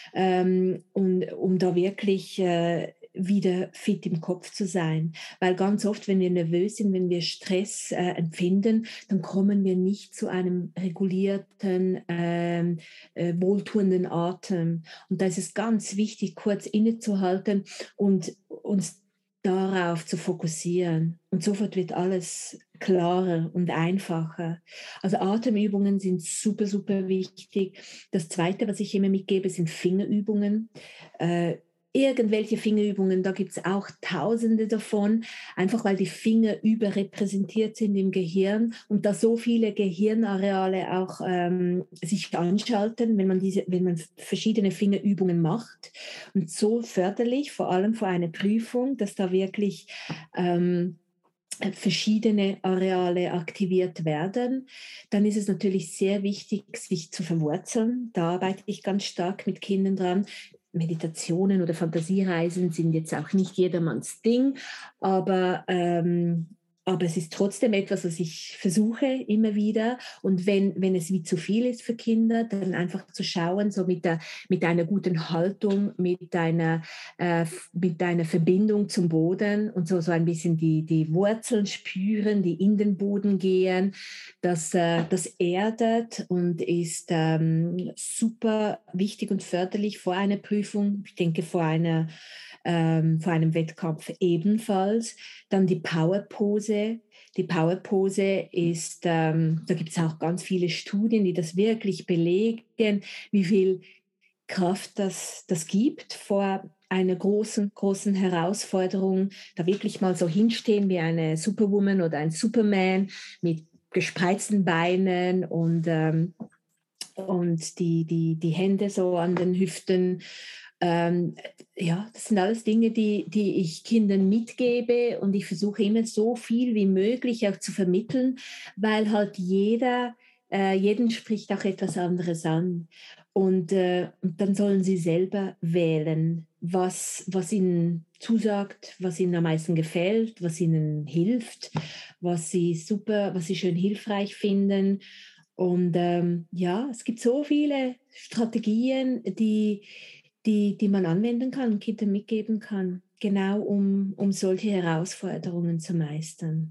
ähm, und um da wirklich äh, wieder fit im Kopf zu sein. Weil ganz oft, wenn wir nervös sind, wenn wir Stress äh, empfinden, dann kommen wir nicht zu einem regulierten, ähm, äh, wohltuenden Atem. Und da ist es ganz wichtig, kurz innezuhalten und uns darauf zu fokussieren. Und sofort wird alles klarer und einfacher. Also Atemübungen sind super, super wichtig. Das Zweite, was ich immer mitgebe, sind Fingerübungen. Äh, irgendwelche Fingerübungen, da gibt es auch tausende davon, einfach weil die Finger überrepräsentiert sind im Gehirn und da so viele Gehirnareale auch ähm, sich anschalten, wenn man, diese, wenn man verschiedene Fingerübungen macht. Und so förderlich, vor allem vor einer Prüfung, dass da wirklich ähm, verschiedene Areale aktiviert werden, dann ist es natürlich sehr wichtig, sich zu verwurzeln. Da arbeite ich ganz stark mit Kindern dran. Meditationen oder Fantasiereisen sind jetzt auch nicht jedermanns Ding, aber, ähm, aber es ist trotzdem etwas, was ich versuche immer wieder. Und wenn, wenn es wie zu viel ist für Kinder, dann einfach zu schauen, so mit, der, mit einer guten Haltung, mit einer, äh, mit einer Verbindung zum Boden und so, so ein bisschen die, die Wurzeln spüren, die in den Boden gehen. Das, äh, das erdet und ist ähm, super wichtig und förderlich vor einer Prüfung. Ich denke, vor einer ähm, vor einem Wettkampf ebenfalls. Dann die Powerpose. Die Powerpose ist, ähm, da gibt es auch ganz viele Studien, die das wirklich belegen, wie viel Kraft das, das gibt vor einer großen, großen Herausforderung, da wirklich mal so hinstehen wie eine Superwoman oder ein Superman mit gespreizten Beinen und, ähm, und die, die, die Hände so an den Hüften. Ähm, ja, das sind alles Dinge, die, die ich Kindern mitgebe und ich versuche immer so viel wie möglich auch zu vermitteln, weil halt jeder, äh, jeden spricht auch etwas anderes an. Und, äh, und dann sollen sie selber wählen, was, was ihnen zusagt, was ihnen am meisten gefällt, was ihnen hilft, was sie super, was sie schön hilfreich finden. Und ähm, ja, es gibt so viele Strategien, die, die, die man anwenden kann und Kindern mitgeben kann. genau um, um solche Herausforderungen zu meistern.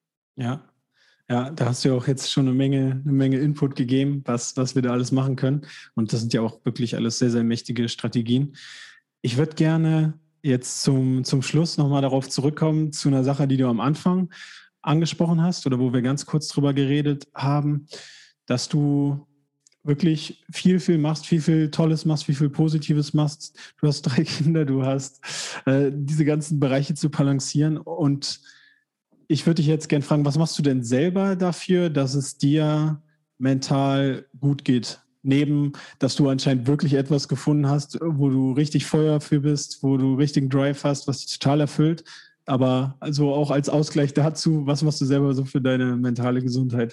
Ja. Ja, da hast du ja auch jetzt schon eine Menge, eine Menge Input gegeben, was, was wir da alles machen können. Und das sind ja auch wirklich alles sehr, sehr mächtige Strategien. Ich würde gerne jetzt zum, zum Schluss nochmal darauf zurückkommen, zu einer Sache, die du am Anfang angesprochen hast oder wo wir ganz kurz drüber geredet haben, dass du wirklich viel, viel machst, viel, viel Tolles machst, viel, viel Positives machst. Du hast drei Kinder, du hast äh, diese ganzen Bereiche zu balancieren und ich würde dich jetzt gerne fragen, was machst du denn selber dafür, dass es dir mental gut geht? Neben, dass du anscheinend wirklich etwas gefunden hast, wo du richtig Feuer für bist, wo du richtigen Drive hast, was dich total erfüllt. Aber also auch als Ausgleich dazu, was machst du selber so für deine mentale Gesundheit?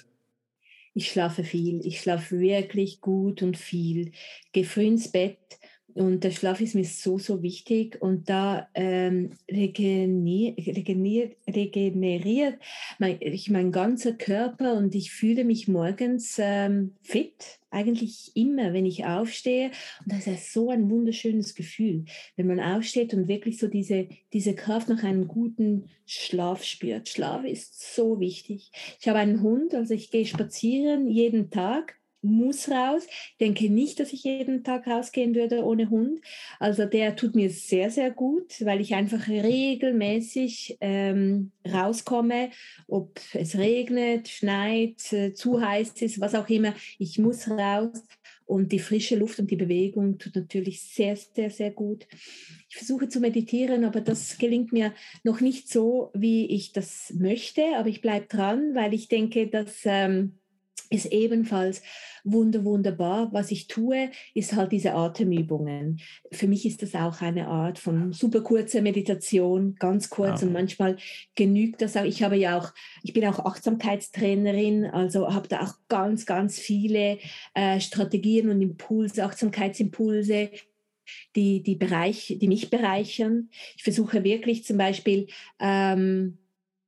Ich schlafe viel. Ich schlafe wirklich gut und viel. Gehe früh ins Bett und der Schlaf ist mir so, so wichtig. Und da ähm, regeneriert, regeneriert, regeneriert mein, ich, mein ganzer Körper und ich fühle mich morgens ähm, fit. Eigentlich immer, wenn ich aufstehe. Und das ist so ein wunderschönes Gefühl, wenn man aufsteht und wirklich so diese, diese Kraft nach einem guten Schlaf spürt. Schlaf ist so wichtig. Ich habe einen Hund, also ich gehe spazieren jeden Tag, muss raus. Ich denke nicht, dass ich jeden Tag rausgehen würde ohne Hund. Also der tut mir sehr, sehr gut, weil ich einfach regelmäßig ähm, rauskomme, ob es regnet, schneit, äh, zu heiß ist, was auch immer. Ich muss raus. Und die frische Luft und die Bewegung tut natürlich sehr, sehr, sehr gut. Ich versuche zu meditieren, aber das gelingt mir noch nicht so, wie ich das möchte. Aber ich bleibe dran, weil ich denke, dass ähm, ist ebenfalls wunder, wunderbar. Was ich tue, ist halt diese Atemübungen. Für mich ist das auch eine Art von super kurzer Meditation, ganz kurz Ja. und manchmal genügt das auch. Ich habe ja auch, ich bin auch Achtsamkeitstrainerin, also habe da auch ganz, ganz viele äh, Strategien und Impulse, Achtsamkeitsimpulse, die, die, Bereich, die mich bereichern. Ich versuche wirklich zum Beispiel ähm,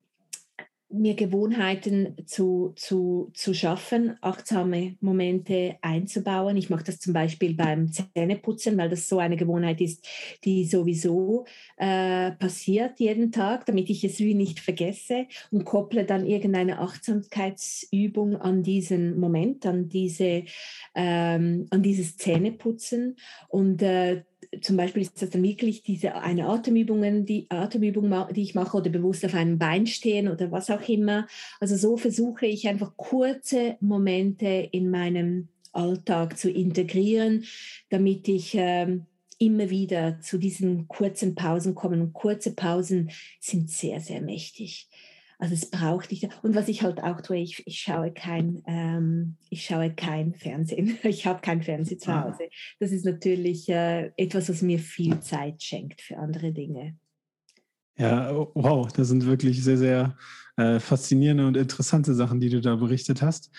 mir Gewohnheiten zu, zu, zu schaffen, achtsame Momente einzubauen. Ich mache das zum Beispiel beim Zähneputzen, weil das so eine Gewohnheit ist, die sowieso äh, passiert jeden Tag, damit ich es wie nicht vergesse und kopple dann irgendeine Achtsamkeitsübung an diesen Moment, an, diese, ähm, an dieses Zähneputzen und äh, zum Beispiel ist das dann wirklich diese eine Atemübung, die Atemübung, die ich mache oder bewusst auf einem Bein stehen oder was auch immer. Also so versuche ich einfach kurze Momente in meinem Alltag zu integrieren, damit ich ähm, immer wieder zu diesen kurzen Pausen komme. Und kurze Pausen sind sehr, sehr mächtig. Also es braucht nicht. Und was ich halt auch tue, ich, ich schaue kein, ähm, ich schaue kein Fernsehen. Ich habe kein Fernsehen zu Hause. Das ist natürlich äh, etwas, was mir viel Zeit schenkt für andere Dinge. Ja, wow, das sind wirklich sehr, sehr äh, faszinierende und interessante Sachen, die du da berichtet hast.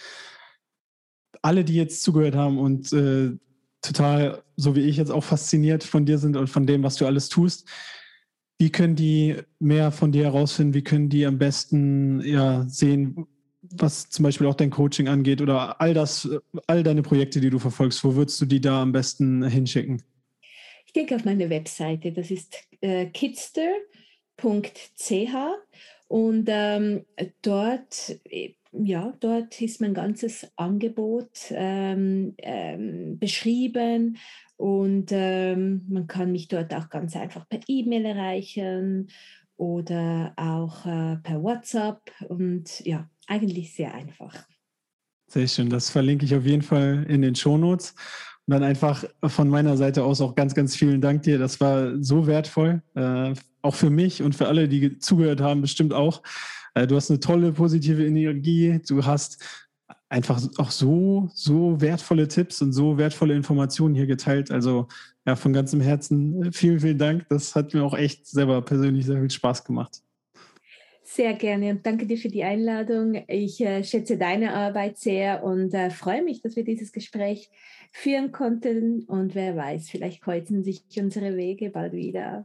Alle, die jetzt zugehört haben und äh, total, so wie ich jetzt auch fasziniert von dir sind und von dem, was du alles tust, wie können die mehr von dir herausfinden? Wie können die am besten ja, sehen, was zum Beispiel auch dein Coaching angeht oder all das, all deine Projekte, die du verfolgst? Wo würdest du die da am besten hinschicken? Ich denke auf meine Webseite, das ist äh, kidster punkt c h und ähm, dort, ja, dort ist mein ganzes Angebot ähm, ähm, beschrieben und ähm, man kann mich dort auch ganz einfach per E-Mail erreichen oder auch äh, per WhatsApp und ja, eigentlich sehr einfach. Sehr schön, das verlinke ich auf jeden Fall in den Shownotes. Und dann einfach von meiner Seite aus auch ganz, ganz vielen Dank dir. Das war so wertvoll, äh, auch für mich und für alle, die zugehört haben, bestimmt auch. Äh, du hast eine tolle, positive Energie. Du hast einfach auch so, so wertvolle Tipps und so wertvolle Informationen hier geteilt. Also ja, von ganzem Herzen vielen, vielen Dank. Das hat mir auch echt selber persönlich sehr viel Spaß gemacht. Sehr gerne und danke dir für die Einladung. Ich äh, schätze deine Arbeit sehr und äh, freue mich, dass wir dieses Gespräch führen konnten. Und wer weiß, vielleicht kreuzen sich unsere Wege bald wieder.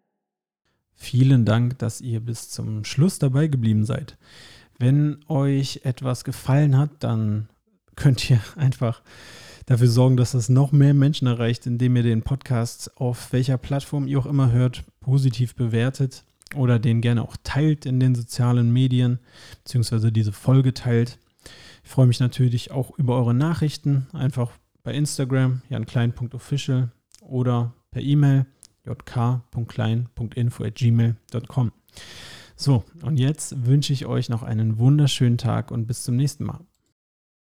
Vielen Dank, dass ihr bis zum Schluss dabei geblieben seid. Wenn euch etwas gefallen hat, dann könnt ihr einfach dafür sorgen, dass das noch mehr Menschen erreicht, indem ihr den Podcast auf welcher Plattform ihr auch immer hört, positiv bewertet oder den gerne auch teilt in den sozialen Medien, beziehungsweise diese Folge teilt. Ich freue mich natürlich auch über eure Nachrichten, einfach bei Instagram, janklein punkt official oder per E-Mail j k punkt klein punkt info at gmail punkt com. So, und jetzt wünsche ich euch noch einen wunderschönen Tag und bis zum nächsten Mal.